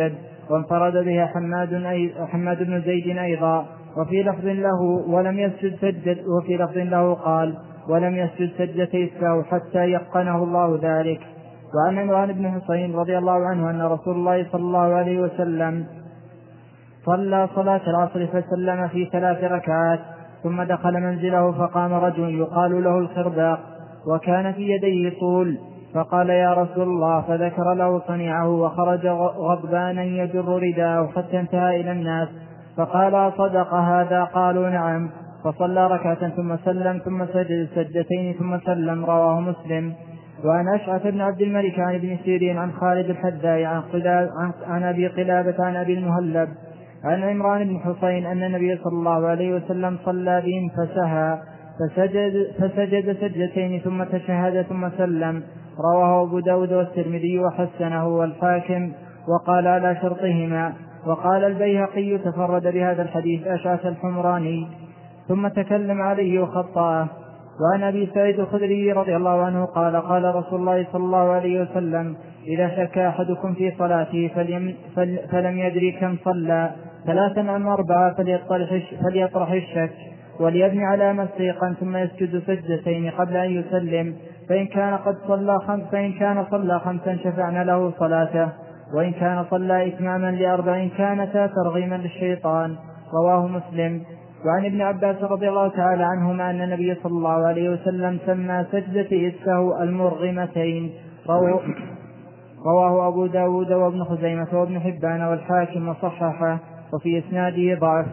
وانفرد بها حماد, أي حماد بن زيد أيضا. وفي لفظ له ولم يسجد سجد وفي لفظ له قال ولم يسجد سجدتي السهو حتى يقنه الله ذلك. وعن عمران بن حسين رضي الله عنه أن رسول الله صلى الله عليه وسلم صلى صلاة العصر فسلم في ثلاث ركعات ثم دخل منزله فقام رجل يقال له الخرباق وكان في يديه طول فقال يا رسول الله فذكر له صنيعه وخرج غضبانا يجر رداءه حتى انتهى إلى الناس فقال صدق هذا؟ قالوا نعم. فصلى ركعة ثم سلم ثم سجد سجدتين ثم سلم. رواه مسلم. وعن أشعث بن عبد الملك عن ابن سيرين عن خالد الحذاء عن, عن أبي قلابة عن أبي المهلب عن عمران بن حسين أن النبي صلى الله عليه وسلم صلى بهم فسهى فسجد, فسجد سجدتين ثم تشهد ثم سلم. رواه أبو داود والترمذي وحسنه والحاكم وقال على شرطهما. وقال البيهقي تفرد بهذا الحديث أشعث الحمراني ثم تكلم عليه وخطأه. وعن أبي سعيد الخدري رضي الله عنه قال قال رسول الله صلى الله عليه وسلم إذا شك أحدكم في صلاته فليم فل فلم يدري كم صلى ثلاثا أم أربعة فليطرح الشك وليبني على ما استيقن ثم يسجد سجدتين قبل أن يسلم فإن كان قد صلى خمس فإن كان صلى خمسا شفعنا له صلاته وإن كان صلى إتماما لأربع كانتا ترغيما للشيطان. رواه مسلم. وعن ابن عباس رضي الله تعالى عنهما أن النبي صلى الله عليه وسلم سمى سجدة السهو المرغمتين. رواه, رواه أبو داود وابن خزيمة وابن حبان والحاكم وصححه وفي إسناده ضعف.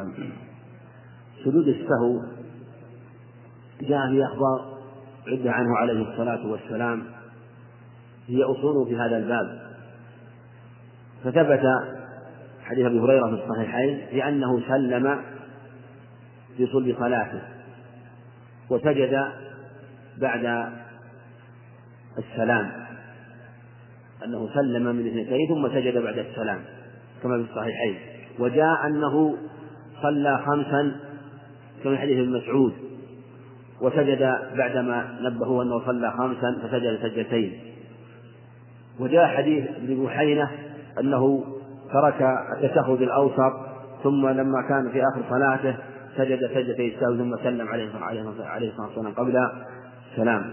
سجود السهو جاء في أخبار عدة عنه عليه الصلاة والسلام هي أصول في هذا الباب. فثبت حديث أبي هريرة في الصحيحين بأنه سلم في صلب صلاته وسجد بعد السلام أنه سلم من اثنتين ثم سجد بعد السلام كما في الصحيحين. وجاء أنه صلى خمسا كما في حديث ابن مسعود وسجد بعدما نبهوا أنه صلى خمسا فسجد سجدتين. وجاء حديث ابن بحينة أنه ترك التشهد الأوسط ثم لما كان في آخر صلاته سجد سجدتي السهو ثم سلم عليه الصلاة والسلام قبل السلام.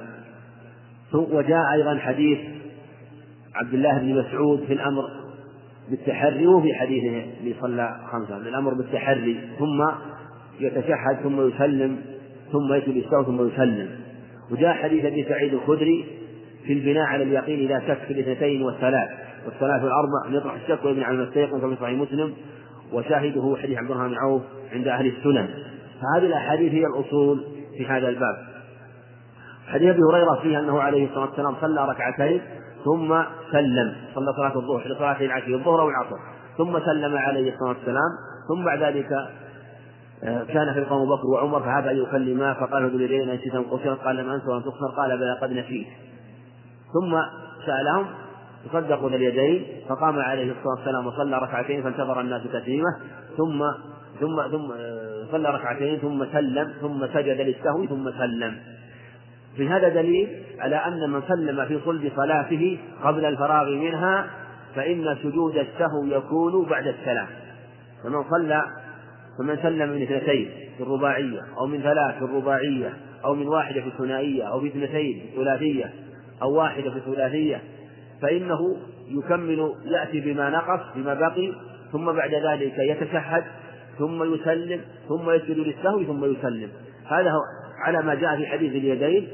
وجاء أيضا حديث عبد الله بن مسعود في الأمر بالتحري وفي حديثه اللي صلى خمسة الأمر بالتحري ثم يتشهد ثم يسلم ثم يسجد السهو ثم يسلم. وجاء حديث أبي سعيد الخدري في البناء على اليقين إذا شك في الاثنتين والثلاث والثلاث والأربع أن يطرح الشك ويبني على المستيقن كما في صحيح مسلم وشاهده حديث عبد الرحمن بن عوف عند أهل السنن. فهذه الأحاديث هي الأصول في هذا الباب. حديث أبي هريرة فيه أنه عليه الصلاة والسلام صلى ركعتين ثم سلم صلى صلاة الظهر لصلاة العشي الظهر والعصر ثم سلم عليه الصلاة والسلام ثم بعد ذلك كان في القوم بكر وعمر فهذا يكلما فقال ذو اليدين أنسيتم قصرت قال لم أنسوا أن تقصر قال بلى قد نسيت ثم سألهم تصدقوا ذا اليدين فقام عليه الصلاة والسلام وصلى ركعتين فانتظر الناس تسليمه ثم ثم ثم صلى ركعتين ثم سلم ثم سجد للسهو ثم سلم. في هذا دليل على أن من سلم في صلب صلاته قبل الفراغ منها فإن سجود السهو يكون بعد السلام. فمن صلى فمن سلم من اثنتين في الرباعية أو من ثلاث في الرباعية أو من واحدة في الثنائية أو في اثنتين في الثلاثية أو واحدة في الثلاثية فإنه يكمل يأتي بما نقص بما بقي ثم بعد ذلك يتشهد ثم يسلم ثم يسجد للسهو ثم يسلم. هذا هو على ما جاء في حديث اليدين.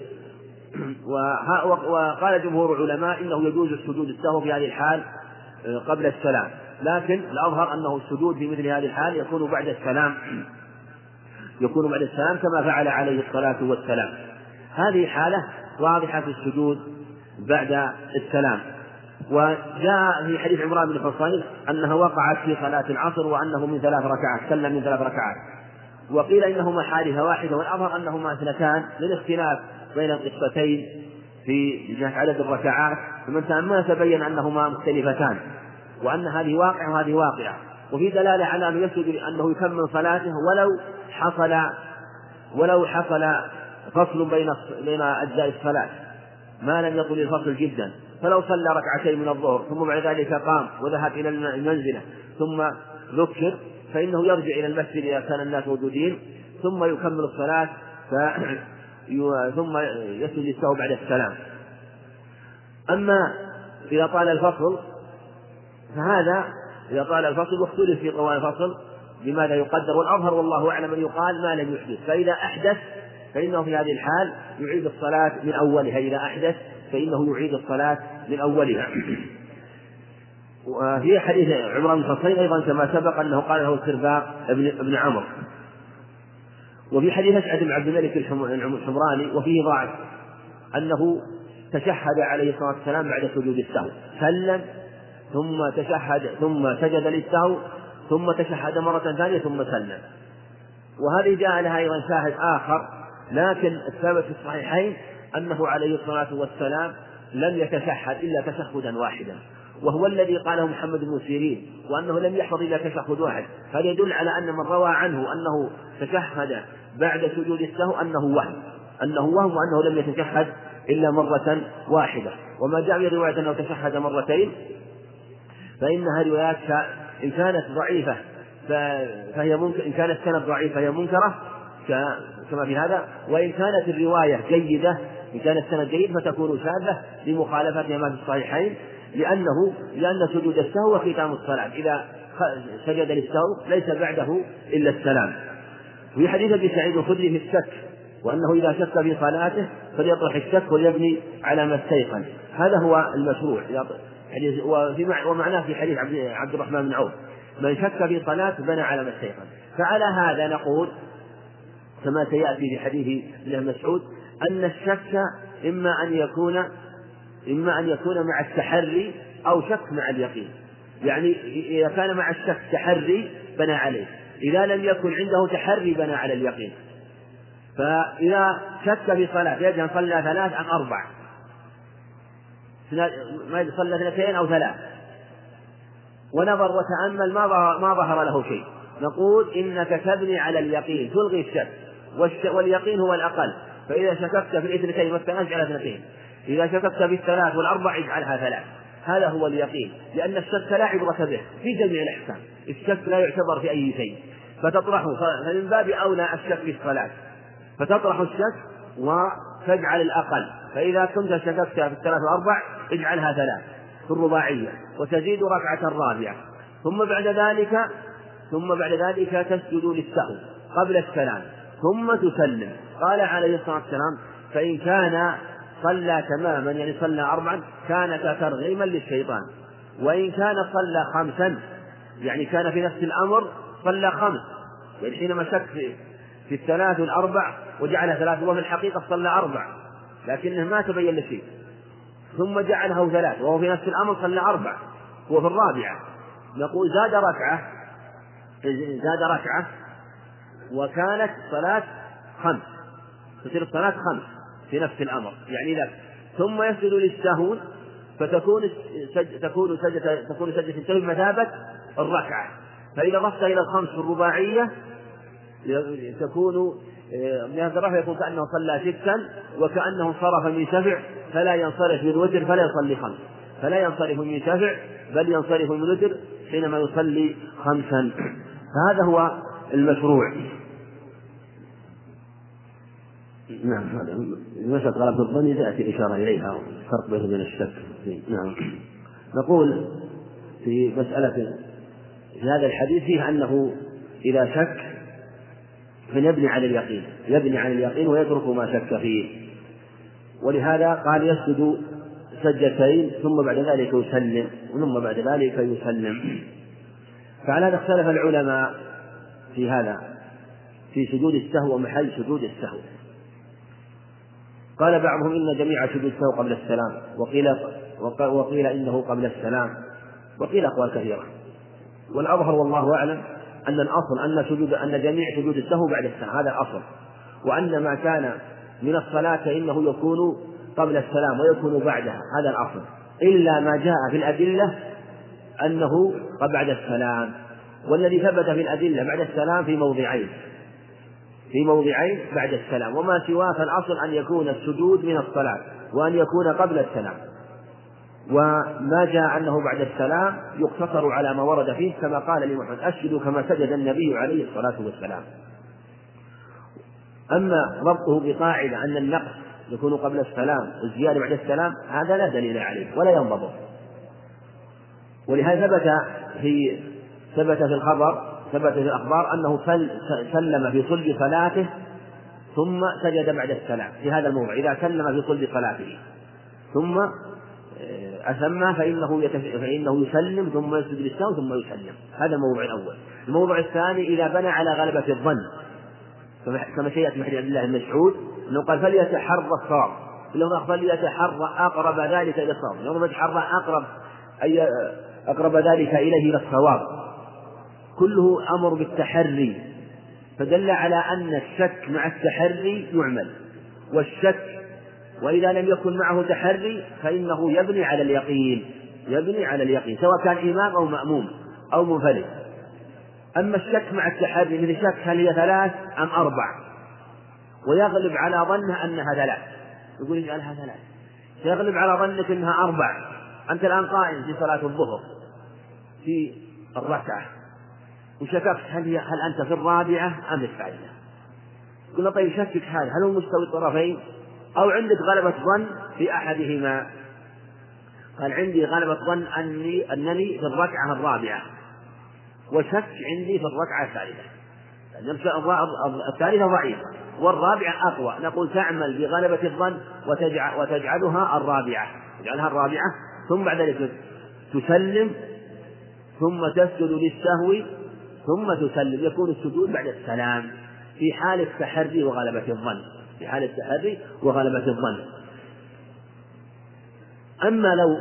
وقال جمهور العلماء إنه يجوز السجود السهو في هذه الحال قبل السلام لكن الأظهر أنه السجود في مثل هذه الحال يكون بعد السلام يكون بعد السلام كما فعل عليه الصلاة والسلام. هذه حالة واضحة في السجود بعد السلام. وجاء في حديث عمران بن حسين أنها وقعت في صلاة العصر وأنه من ثلاث ركعات سلم من ثلاث ركعات وقيل إنهما حادثة واحدة والأظهر أنهما اثنتان للاختلاف بين القصتين في جهة عدد الركعات فمن تأمل تبين أنهما مختلفتان وأن هذه واقعة وهذه واقعة. وفي دلالة على أنه يسجد أنه يكمل صلاته ولو حصل ولو حصل فصل بين بين أجزاء الصلاة ما لم يطل الفصل جدا فلو صلى ركعتين من الظهر ثم بعد ذلك قام وذهب إلى المنزلة ثم ذكر فإنه يرجع إلى المسجد إذا كان الناس موجودين ثم يكمل الصلاة ف... ثم يسجد السهو بعد السلام. أما إذا طال الفصل فهذا إذا طال الفصل واختلف في طوال الفصل بماذا يقدر، والأظهر والله أعلم أن يقال ما لم يحدث، فإذا أحدث فإنه في هذه الحال يعيد الصلاة من أولها، إذا أحدث فإنه يعيد الصلاة من أولها. وفي حديث عمران بن حصين أيضا كما سبق أنه قال له سرباق ابن, ابن عمرو. وفي حديث أسعد بن عبد الملك الحمراني وفيه ضعف أنه تشهد عليه الصلاة والسلام بعد سجود السهو، سلم ثم تشهد ثم سجد للسهو ثم تشهد مرة ثانية ثم سلم. وهذه جاء لها أيضا شاهد آخر، لكن الثابت في الصحيحين أنه عليه الصلاة والسلام لم يتشهد إلا تشهدا واحدا، وهو الذي قاله محمد بن سيرين، وأنه لم يحفظ إلا تشهد واحد. هذا يدل على أن من روى عنه أنه تشهد بعد سجود السهو أنه وهم أنه وهم وأنه لم يتشهد إلا مرة واحدة. وما جاء في رواية أنه تشهد مرتين فإنها روايات إن كانت ضعيفة فهي منكر، إن كانت سند ضعيفة فهي منكرة كما في هذا، وإن كانت الرواية جيدة إن كان السند جيد فتكون شاذة لمخالفتها ما في الصحيحين، لأنه لأن سجود السهو وختام الصلاة، إذا سجد للسهو ليس بعده إلا السلام. في حديث أبي سعيد الخدري في الشك، وأنه إذا شك في صلاته فليطرح الشك وليبني على ما استيقن، هذا هو المشروع. ومعناه في حديث عبد الرحمن بن عوف من شك في صلاة بنى على ما استيقن. فعلى هذا نقول كما سيأتي في حديث ابن مسعود أن الشك إما أن يكون إما أن يكون مع التحري أو شك مع اليقين، يعني إذا كان مع الشك تحري بنى عليه، إذا لم يكن عنده تحري بنى على اليقين. فإذا شك في صلاة يجب أن صلى ثلاث عن أربع، ما صلى اثنتين أو ثلاث ونظر وتأمل ما ظهر, ما ظهر له شيء، نقول إنك تبني على اليقين تلغي الشك، واليقين هو الأقل. فإذا شككت في الاثنتين والثلاث اجعلها اثنتين، إذا شككت في الثلاث والأربع اجعلها ثلاث، هذا هو اليقين، لأن الشك لا عبرة به في جميع الأحكام، الشك لا يعتبر في أي شيء فتطرحه، فمن باب أولى الشك في الصلاة فتطرح الشك وتجعل الأقل. فإذا كنت شككت في الثلاث والأربع اجعلها ثلاث في الرباعية وتزيد ركعة رابعة، ثم بعد ذلك ثم بعد ذلك تسجد للسهو قبل السلام ثم تسلم. قال عليه الصلاة والسلام فإن كان صلى تماما يعني صلى أربعا كان ترغيما للشيطان، وإن كان صلى خمسا يعني كان في نفس الأمر صلى خمس، يعني حينما شك في, في الثلاث والأربع وجعلها ثلاث وهو في الحقيقة صلى أربع لكنه ما تبين له شيء، ثم جعله ثلاث وهو في نفس الأمر صلى أربع هو في الرابعة، نقول زاد ركعة زاد ركعة وكانت صلاة خمس، تصير الصلاة خمس في نفس الأمر يعني ذلك، ثم يسجد للسهو فتكون سج... تكون سجدة تكون سجدة السهو بمثابة الركعة. فإذا ضفت إلى الخمس الرباعية تكون من هذا الرفع يكون كأنه صلى ستا وكأنه انصرف من شفع، فلا ينصرف من وتر فلا يصلي خمس، فلا ينصرف من شفع بل ينصرف من وتر حينما يصلي خمسا. فهذا هو المشروع. نعم هذا مسألة غلبة الظن تأتي الإشارة إليها فرق بينه وبين الشك. نعم نقول في مسألة في هذا الحديث فيه أنه إذا شك فيبني على اليقين يبني على اليقين ويترك ما شك فيه، ولهذا قال يسجد سجدتين ثم بعد ذلك يسلم ثم بعد ذلك يسلم. فعلى هذا اختلف العلماء في هذا في سجود السهو ومحل سجود السهو. قال بعضهم إن جميع سجود السهو قبل السلام، وقيل وقيل إنه قبل السلام، وقيل أقوال كثيرة، والأظهر والله أعلم أن الأصل أن سجود أن جميع سجود السهو بعد السلام، هذا الأصل، وأن ما كان من الصلاة فإنه يكون قبل السلام ويكون بعدها، هذا الأصل، إلا ما جاء في الأدلة أنه بعد السلام، والذي ثبت في الأدلة بعد السلام في موضعين في موضعين بعد السلام، وما سواه فالأصل أن يكون السجود من الصلاة وأن يكون قبل السلام. وما جاء أنه بعد السلام يقتصر على ما ورد فيه، كما قال لمحمد: أسجدوا كما سجد النبي عليه الصلاة والسلام. أما ربطه بقاعدة أن النقص يكون قبل السلام والزيادة بعد السلام، هذا لا دليل عليه ولا ينضبط. ولهذا ثبت في ثبت في الخبر ثبت في الأخبار أنه سلم في صلب صلاته ثم سجد بعد السلام في هذا الموضع. إذا سلم في صلب صلاته ثم أسمى فإنه, فإنه يسلم ثم يسجد للسهو ثم يسلم. هذا الموضوع الأول. الموضوع الثاني: إذا بنى على غلبة الظن، كما سيأتي في حديث عبد الله بن مسعود أنه قال: فليتحرى الصواب، فليتحرى أقرب ذلك إلى الصواب، يوم يتحرى أقرب أي أقرب ذلك إليه إلى الصواب. كله أمر بالتحري، فدل على أن الشك مع التحري يعمل، والشك وإذا لم يكن معه تحري فإنه يبني على اليقين يبني على اليقين سواء كان إمام أو مأموم أو منفرد. أما الشك مع التحري من شك هل هي ثلاث أم أربع، ويغلب على ظنه أنها ثلاث، يقول اجعلها ثلاث، يغلب على ظنك أنها أربع. أنت الآن قائم في صلاة الظهر في الركعة وشككت هل هي هل أنت في الرابعة أم الثالثة. قلنا: طيب شكك هذا هل هو مستوي الطرفين أو عندك غلبة ظن في أحدهما؟ قال: عندي غلبة ظن أني أنني في الركعة الرابعة، وشك عندي في الركعة الثالثة. الثالثة ضعيفة والرابعة أقوى. نقول: تعمل بغلبة الظن وتجعل وتجعلها الرابعة تجعلها الرابعة ثم بعد ذلك تسلم ثم تسجد للسهو ثم تسلم. يكون السجود بعد السلام في حال التحري وغلبة الظن في حال التحري وغلبة الظن. أما لو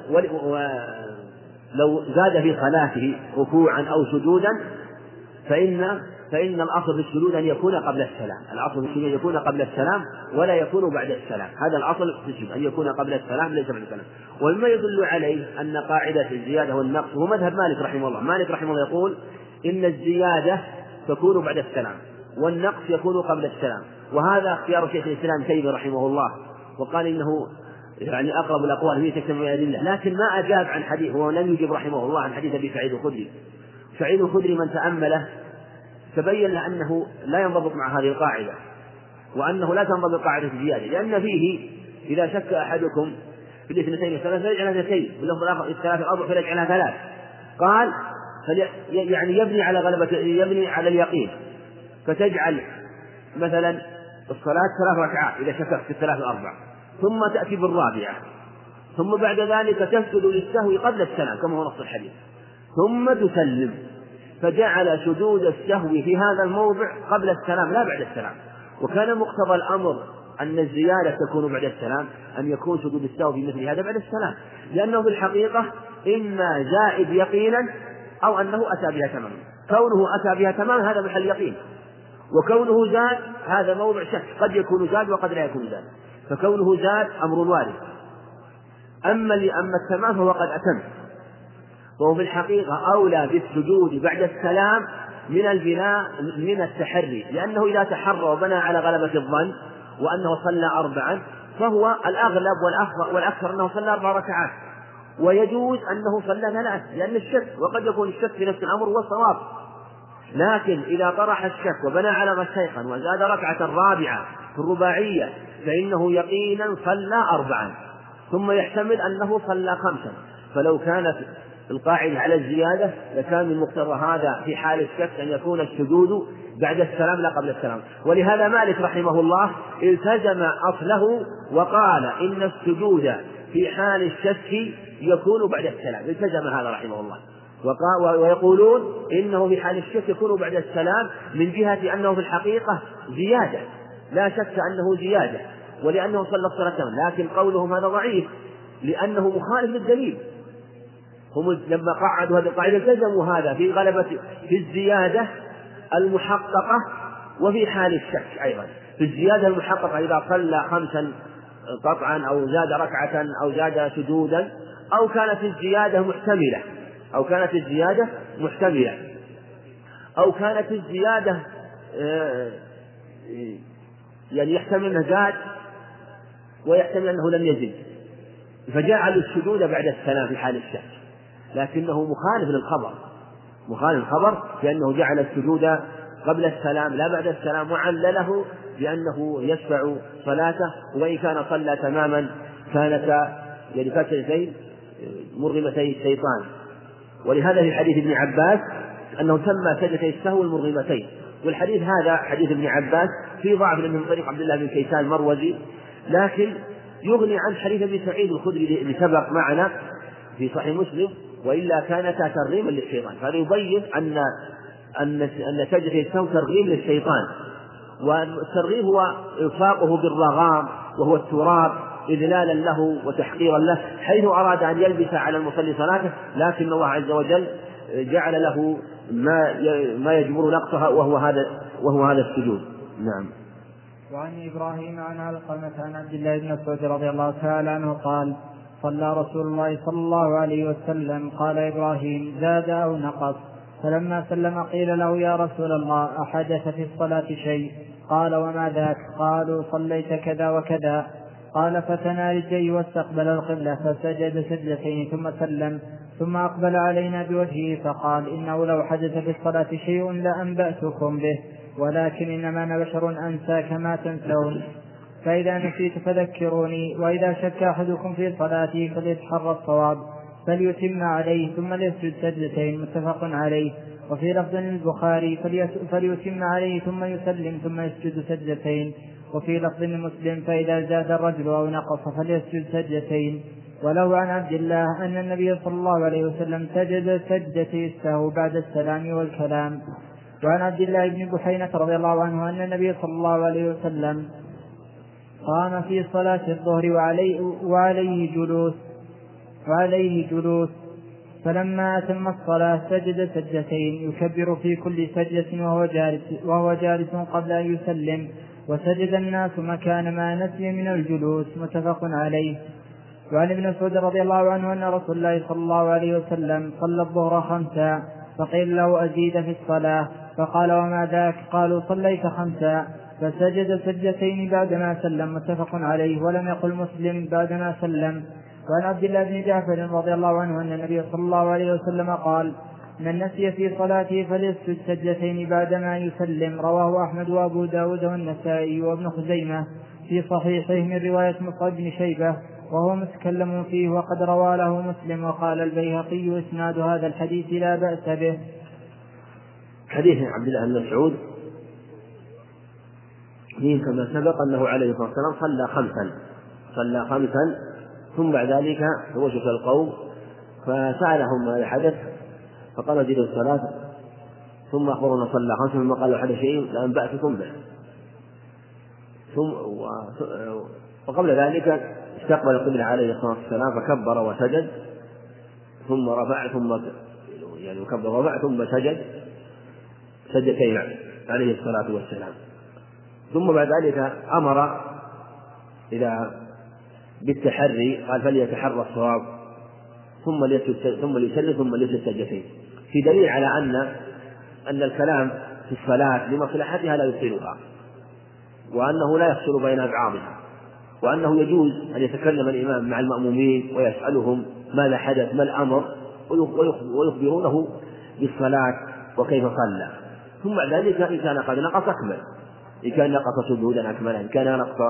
لو زاد في صلاته ركوعا أو سجودا فإن فإن الأصل في السجود أن يكون قبل السلام الأصل في السجود أن يكون قبل السلام ولا يكون بعد السلام. هذا الأصل في السجود أن يكون قبل السلام ليس بعد السلام. ومما يدل عليه أن قاعدة الزيادة والنقص هو مذهب مالك رحمه الله. مالك رحمه الله يقول: إن الزيادة تكون بعد السلام والنقص يكون قبل السلام. وهذا اختيار شيخ الإسلام تيمية رحمه الله، وقال إنه يعني أقرب الأقوال هي تجتمع من الأدلة، لكن ما أجاب عن حديث، هو لم يجب رحمه الله عن حديث أبي سعيد الخدري. سعيد الخدري من تأمله تبين له أنه لا ينضبط مع هذه القاعدة، وأنه لا تنضبط قاعدة الزيادة، لأن فيه إذا شك أحدكم في الاثنتين الثلاث فليجعلها اثنتين، باللفظ الآخر الثلاث الأربع فليجعلها ثلاث. قال: يعني يبني على غلبة يبني على اليقين، فتجعل مثلا الصلاة ثلاث ركعات إذا شككت في الثلاث الأربع، ثم تأتي بالرابعة، ثم بعد ذلك تسجد للسهو قبل السلام كما هو نص الحديث، ثم تسلم، فجعل سجود السهو في هذا الموضع قبل السلام لا بعد السلام. وكان مقتضى الأمر أن الزيادة تكون بعد السلام، أن يكون سجود السهو في مثل هذا بعد السلام، لأنه في الحقيقة إما زائد يقينا أو أنه أتى بها تماما. كونه أتى بها تماما هذا محل يقين، وكونه زاد هذا موضع شك، قد يكون زاد وقد لا يكون زاد، فكونه زاد أمر وارد. أما أما التمام فهو قد أتم، وهو في الحقيقة أولى بالسجود بعد السلام من البناء من التحري، لأنه إذا تحرى وبنى على غلبة الظن وأنه صلى أربعا فهو الأغلب والأكثر أنه صلى أربع ركعات، ويجوز أنه صلى ثلاث لأن الشك، وقد يكون الشك في نفس الأمر هو الصواب. لكن إذا طرح الشك وبنى على ما استيقن وزاد ركعة رابعة في الرباعية فإنه يقينا صلى أربعا، ثم يحتمل أنه صلى خمسا. فلو كانت القاعدة على الزيادة لكان من مقتضى هذا في حال الشك أن يكون السجود بعد السلام لا قبل السلام. ولهذا مالك رحمه الله التزم أصله وقال إن السجود في حال الشك يكون بعد السلام، التزم هذا رحمه الله. ويقولون إنه في حال الشك يكون بعد السلام من جهة أنه في الحقيقة زيادة، لا شك أنه زيادة ولأنه صلى الصلاة كاملة، لكن قولهم هذا ضعيف لأنه مخالف للدليل. هم لما قعدوا هذه القاعدة التزموا هذا في غلبة في الزيادة المحققة وفي حال الشك أيضا. في الزيادة المحققة إذا صلى خمسا قطعا أو زاد ركعة أو زاد سجودا أو كانت الزيادة محتملة أو كانت الزيادة محتملة أو كانت الزيادة يعني يحتمل أنه زاد ويحتمل أنه لم يزد، فجعل السجود بعد السلام في حال الشك، لكنه مخالف للخبر، مخالف الخبر لأنه جعل السجود قبل السلام لا بعد السلام، وعلله بأنه يشفع صلاته، وإن كان صلى تماما كانتا يعني فتنتين مرغمتي الشيطان. ولهذا في حديث ابن عباس أنه سمى سجدتي السهو المرغمتين، والحديث هذا حديث ابن عباس في ضعف من طريق عبد الله بن كيسان المروزي، لكن يغني عن حديث ابي سعيد الخدري اللي سبق معنا في صحيح مسلم، وإلا كانتا ترغيما للشيطان. فهذا يبين أن أن أن سجدتي السهو ترغيم للشيطان، والترغيب هو إلصاقه بالرغام وهو التراب إذلالا له وتحقيرا له، حيث أراد أن يلبس على المصلي صلاته، لكن الله عز وجل جعل له ما ما يجبر نقصها، وهو هذا وهو هذا السجود. نعم. وعن إبراهيم عن علقمة عن عبد الله بن مسعود رضي الله تعالى عنه قال: صلى رسول الله صلى الله عليه وسلم. قال إبراهيم: زاد أو نقص؟ فلما سلم قيل له: يا رسول الله، أحدث في الصلاة شيء؟ قال: وما ذاك؟ قالوا: صليت كذا وكذا. قال: فتنى رجليه واستقبل القبلة فسجد سجدتين ثم سلم، ثم أقبل علينا بوجهه فقال: إنه لو حدث في الصلاة شيء لأنبأتكم به، ولكن إنما أنا بشر أنسى كما تنسون، فإذا نسيت فذكروني، وإذا شك أحدكم في صلاته فليتحرى الصواب فليتم عليه ثم ليسجد سجدتين، متفق عليه. وفي لفظ البخاري: فليتم عليه ثم يسلم ثم يسجد سجدتين. وفي لفظ مسلم: فإذا زاد الرجل أو نقص فليسجد سجدتين. وله عن عبد الله أن النبي صلى الله عليه وسلم سجد سجدتي السهو بعد السلام والكلام. وعن عبد الله بن بحينة رضي الله عنه أن النبي صلى الله عليه وسلم قام في صلاة الظهر وعليه, وعليه جلوس وعليه جلوس فلما أتم الصلاة سجد سجدتين يكبر في كل سجدة وهو جالس, وهو جالس قبل أن يسلم، وسجد الناس مكان ما نسي من الجلوس، متفق عليه. وعن ابن مسعود رضي الله عنه أن رسول الله صلى الله عليه وسلم صلى الظهر خمسا، فقيل له: أزيد في الصلاة؟ فقال: وما ذاك؟ قالوا: صليت خمسا. فسجد سجدتين بعدما سلم، متفق عليه. ولم يقل مسلم بعدما سلم. وعن عبد الله بن جعفر رضي الله عنه أن النبي صلى الله عليه وسلم قال: من نسي في صلاته فليسجد سجدتين بعدما يسلم. رواه أحمد وأبو داود والنسائي وابن خزيمة في صحيحه من رواية مصعب بن شيبة، وهو متكلم فيه، وقد روى له مسلم. وقال البيهقي: إسناد هذا الحديث لا بأس به. حديث عبد الله بن مسعود فيه كما سبق أنه عليه الصلاة والسلام صلى خمسا صلى خمسا ثم بعد ذلك وشك القوم فسألهم ماذا حدث، فقال: زيدوا الصلاة. ثم أخبرنا صلى خمسا ثم قالوا: حدث شيء لأنبأتكم به. ثم وقبل ذلك استقبل القبلة عليه الصلاة والسلام فكبر وسجد، ثم رفع ثم يعني كبر ورفع ثم سجد سجدتين عليه الصلاة والسلام. ثم بعد ذلك أمر إلى بالتحري، قال: فليتحرى الصواب ثم ليسجد ثم ليسلم ثم ليسجد سجدتين، في دليل على أن أن الكلام في الصلاة لمصلحتها لا يبطلها، وأنه لا يفصل بين أبعاضها، وأنه يجوز أن يتكلم الإمام مع المأمومين ويسألهم ماذا حدث ما الأمر ويخبرونه بالصلاة وكيف صلى. ثم بعد ذلك إن كان قد نقص أكمل، إن كان نقص سجودا أكمل، إن كان نقص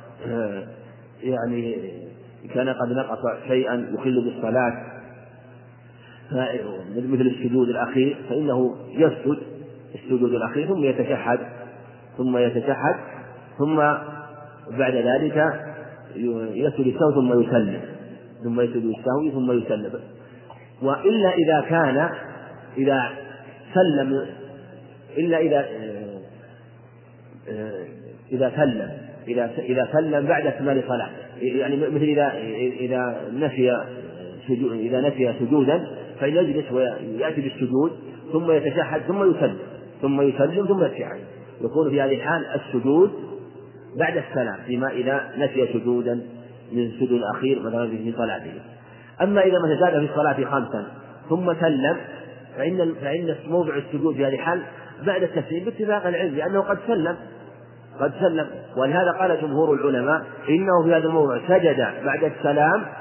يعني إن كان قد نقص شيئا يخل بالصلاة مثل السجود الأخير فإنه يسجد السجود الأخير ثم يتشهد ثم يتشهد ثم بعد ذلك يسجد السهو ثم يسلم ثم يسجد السهو ثم يسلم. وإلا إذا كان إذا سلم إلا إذا إذا سلم إذا إذا سلم بعد إكمال صلاة، يعني مثل إذا إذا نسي سجود إذا نسي سجودا فيجلس ويأتي بالسجود ثم يتشهد ثم يسلم ثم يسلم ثم يتشهد، يكون في هذه الحال السجود بعد السلام فيما إذا نسي سجودا من السجود الأخير مثلا في صلاته. أما إذا ما زاد في الصلاة خمسا ثم سلم فإن فإن موضع السجود في هذه الحال بعد التسليم باتفاق العلم، لأنه قد سلم قد سلم ولهذا قال جمهور العلماء إنه في هذا الموضع سجد بعد السلام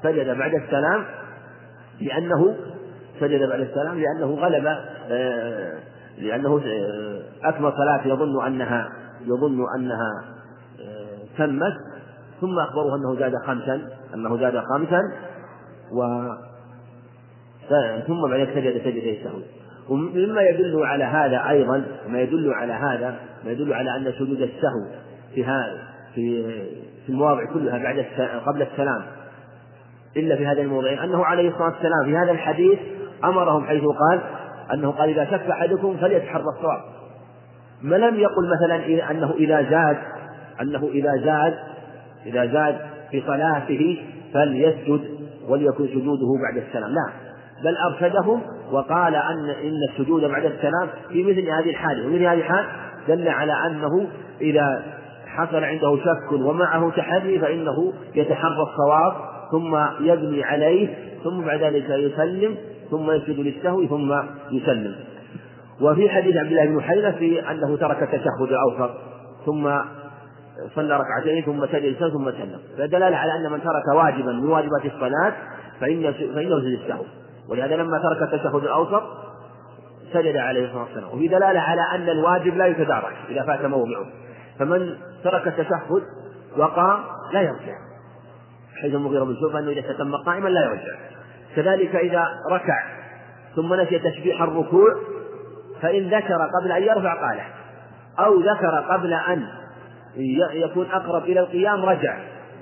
سجد بعد السلام لأنه سجد بعد السلام لأنه غلب آه لأنه آه أكمل صلاة يظن أنها يظن أنها آه تمت، ثم أخبروه أنه زاد خمسا أنه زاد خمسا و ثم بعد سجد سجد السهو. ومما يدل على هذا أيضا ما يدل على هذا ما يدل على أن سجود السهو في في في المواضع كلها بعد قبل السلام إلا في هذا الموضع أنه عليه الصلاة والسلام في هذا الحديث أمرهم حيث قال أنه قال إذا شك أحدكم فليتحرى الصواب، ما لم يقل مثلا أنه إذا زاد أنه إذا زاد إذا زاد في صلاته فليسجد وليكن سجوده بعد السلام، لا، بل أرشدهم وقال أن إن السجود بعد السلام في مثل هذه الحالة، ومثل هذه الحال دل على أنه إذا حصل عنده شك ومعه تحري فإنه يتحرى الصواب ثم يبني عليه ثم بعد ذلك يسلم ثم يسجد للسهو ثم يسلم. وفي حديث عبد الله بن حيرة في أنه ترك التشهد الأوسط ثم صلى ركعتين ثم سجد للسهو ثم سلم، فدلالة على أن من ترك واجبا من واجبات الصلاة فإنه فإنه يسجد للسهو، ولهذا لما ترك التشهد الأوسط سجد عليه الصلاة والسلام. وفي دلالة على أن الواجب لا يتدارك إذا فات موضعه، فمن ترك التشهد وقام لا يرجع، حيث المغيرة بن شعبة أنه إذا تم قائما لا يرجع. كذلك إذا ركع ثم نسي تشبيح الركوع فإن ذكر قبل أن يرفع قاله، أو ذكر قبل أن يكون أقرب إلى القيام رجع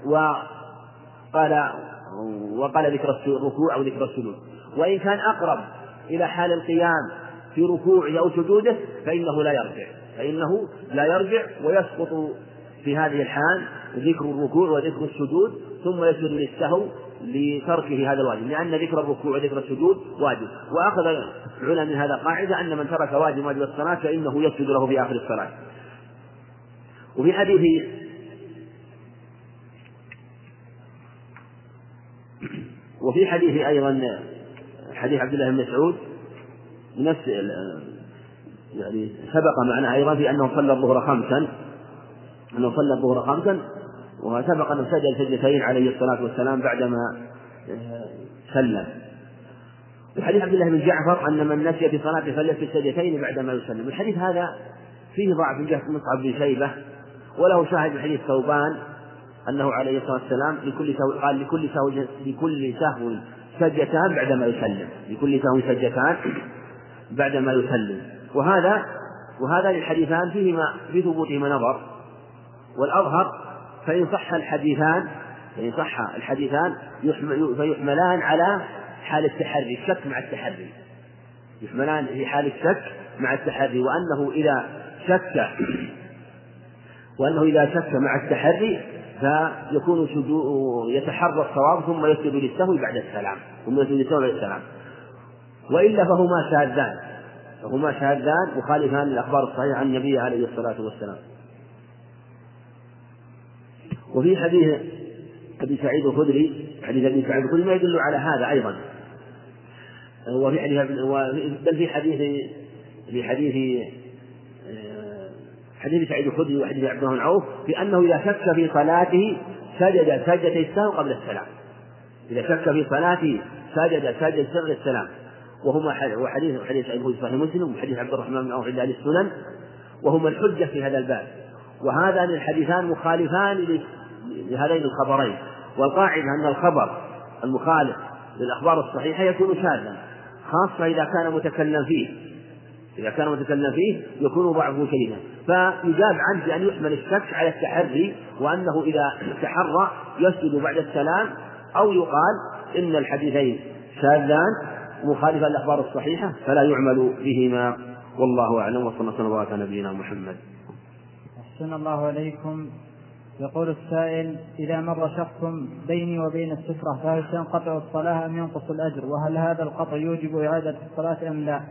وقال وقال ذكر الركوع أو ذكر السجود. وإن كان أقرب إلى حال القيام في ركوعه أو سجوده فإنه لا يرجع فإنه لا يرجع ويسقط في هذه الحال ذكر الركوع وذكر السجود ثم يسجد للسهو لتركه هذا الواجب، لأن ذكر الركوع وذكر السجود واجب. وأخذ العلماء من هذا قاعدة أن من ترك واجب واجب الصلاة فإنه يسجد له في آخر الصلاة. وفي حديث وفي حديث أيضا حديث عبد الله بن مسعود نفس يعني سبق معنا أيضا في أنه صلى الظهر خمسا أنه صلى الظهر خمسا وسبق أنه سجد سجدتين عليه الصلاة والسلام بعدما سلم. وحديث عبد الله بن جعفر أن من نسي في صلاته فليسجد سجدتين بعدما يسلم. الحديث هذا فيه ضعف من جهة مصعب بن شيبة، وله شاهد من حديث ثوبان أنه عليه الصلاة والسلام لكل سهو قال لكل سهو لكل سهو سجدتان بعدما يسلم لكل سهو سجدتان بعدما يسلم. وهذا وهذا الحديثان فيهما في ثبوتهما نظر، والأظهر فإن صح الحديثان فإن صح الحديثان فيحملان على حال التحري الشك مع التحري يحملان في حال الشك مع التحري وأنه إذا شك وأنه إذا شك مع التحري فيكون يتحرى الصواب ثم يسجد للسهو بعد السلام ثم يسجد للسهو بعد السلام. وإلا فهما شاذان فهما شاذان مخالفان للأخبار الصحيحة عن النبي عليه الصلاة والسلام. وفي حديث أبي سعيد الخدري حديث أبي سعيد الخدري ما يدل على هذا أيضا. وفي حديث بل في حديث في حديث حديث سعيد الخدري وحديث عبد الله بن عوف بأنه إذا شك في صلاته سجد سجدة السهو قبل السلام إذا شك في صلاته سجد سجدة قبل السلام. وهما وحديث حديث سعيد الخدري صحيح مسلم وحديث عبد الرحمن بن عوف عند أهل السنن وهما الحجة في هذا الباب. وهذان الحديثان مخالفان لهذين الخبرين، والقاعدة أن الخبر المخالف للأخبار الصحيحة يكون شاذا، خاصة إذا كان متكلم فيه إذا كان متكلم فيه يكون ضعفه شديدا، فيجاب عنه بأن يحمل الشك على التحري وأنه إذا تحرى يسجد بعد السلام، أو يقال إن الحديثين شاذان مخالفة للأخبار الصحيحة فلا يعمل بهما، والله أعلم. وصلى الله على نبينا محمد. أحسن الله عليكم. يقول السائل: إذا مر شخص بيني وبين السترة فهل تنقطع الصلاة أم ينقص الأجر؟ وهل هذا القطع يوجب إعادة الصلاة أم لا؟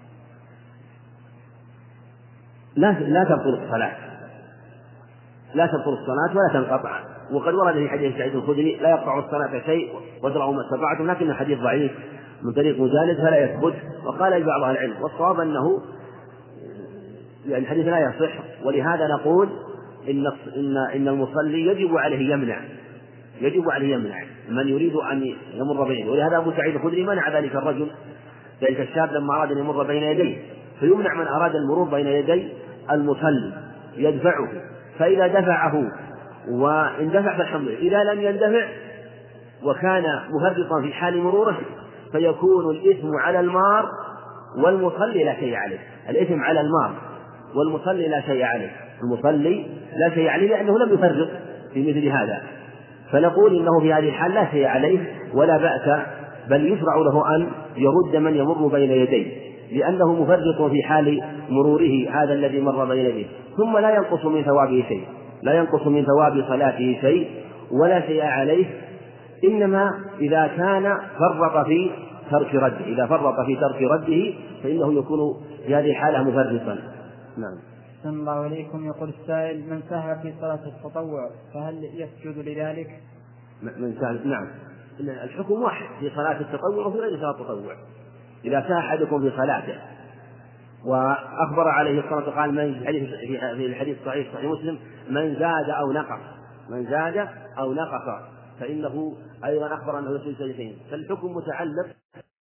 لا لا تبطل الصلاة لا تبطل الصلاة ولا تنقطع. وقد ورد في حديث سعيد الخدري: لا يقطع الصلاة شيء وادرعوا ما استطعتم، لكن الحديث ضعيف من طريق مجالد فلا يثبت. وقال بعض أهل العلم والصواب أنه يعني الحديث لا يصح، ولهذا نقول إن إن إن المصلي يجب عليه يمنع يجب عليه يمنع من يريد أن يمر بينه. ولهذا أبو سعيد الخدري منع ذلك الرجل، ذلك الشاب لما أراد أن يمر بين يديه، فيمنع من أراد المرور بين يدي المصلي يدفعه، فإذا دفعه واندفع فالحمد لله، إذا لم يندفع وكان مفرطا في حال مروره فيكون الإثم على المار والمصلي لا شيء عليه. الإثم على المار والمصلي لا شيء عليه، المصلي لا شيء عليه لأنه لم يفرط في مثل هذا، فنقول إنه في هذه الحال لا شيء عليه ولا بأس، بل يشرع له أن يرد من يمر بين يديه لأنه مفرط في حال مروره هذا الذي مر بين يديه، ثم لا ينقص من ثوابه شيء، لا ينقص من ثواب صلاته شيء ولا شيء عليه، إنما إذا كان فرط في ترك رده، إذا فرط في ترك رده فإنه يكون في هذه الحالة مفرطا. نعم. أحسن الله إليكم. يقول السائل: من سهى في صلاة التطوع فهل يسجد لذلك؟ من سهى، نعم، الحكم واحد في صلاة التطوع وفي غير صلاة التطوع. إذا سهى أحدكم في صلاته وأخبر عليه الصلاة والسلام قال من في الحديث الصحيح صحيح مسلم: من زاد أو نقص، من زاد أو نقص، فإنه أيضا أخبر أنه يسجد سجدتين، فالحكم متعلق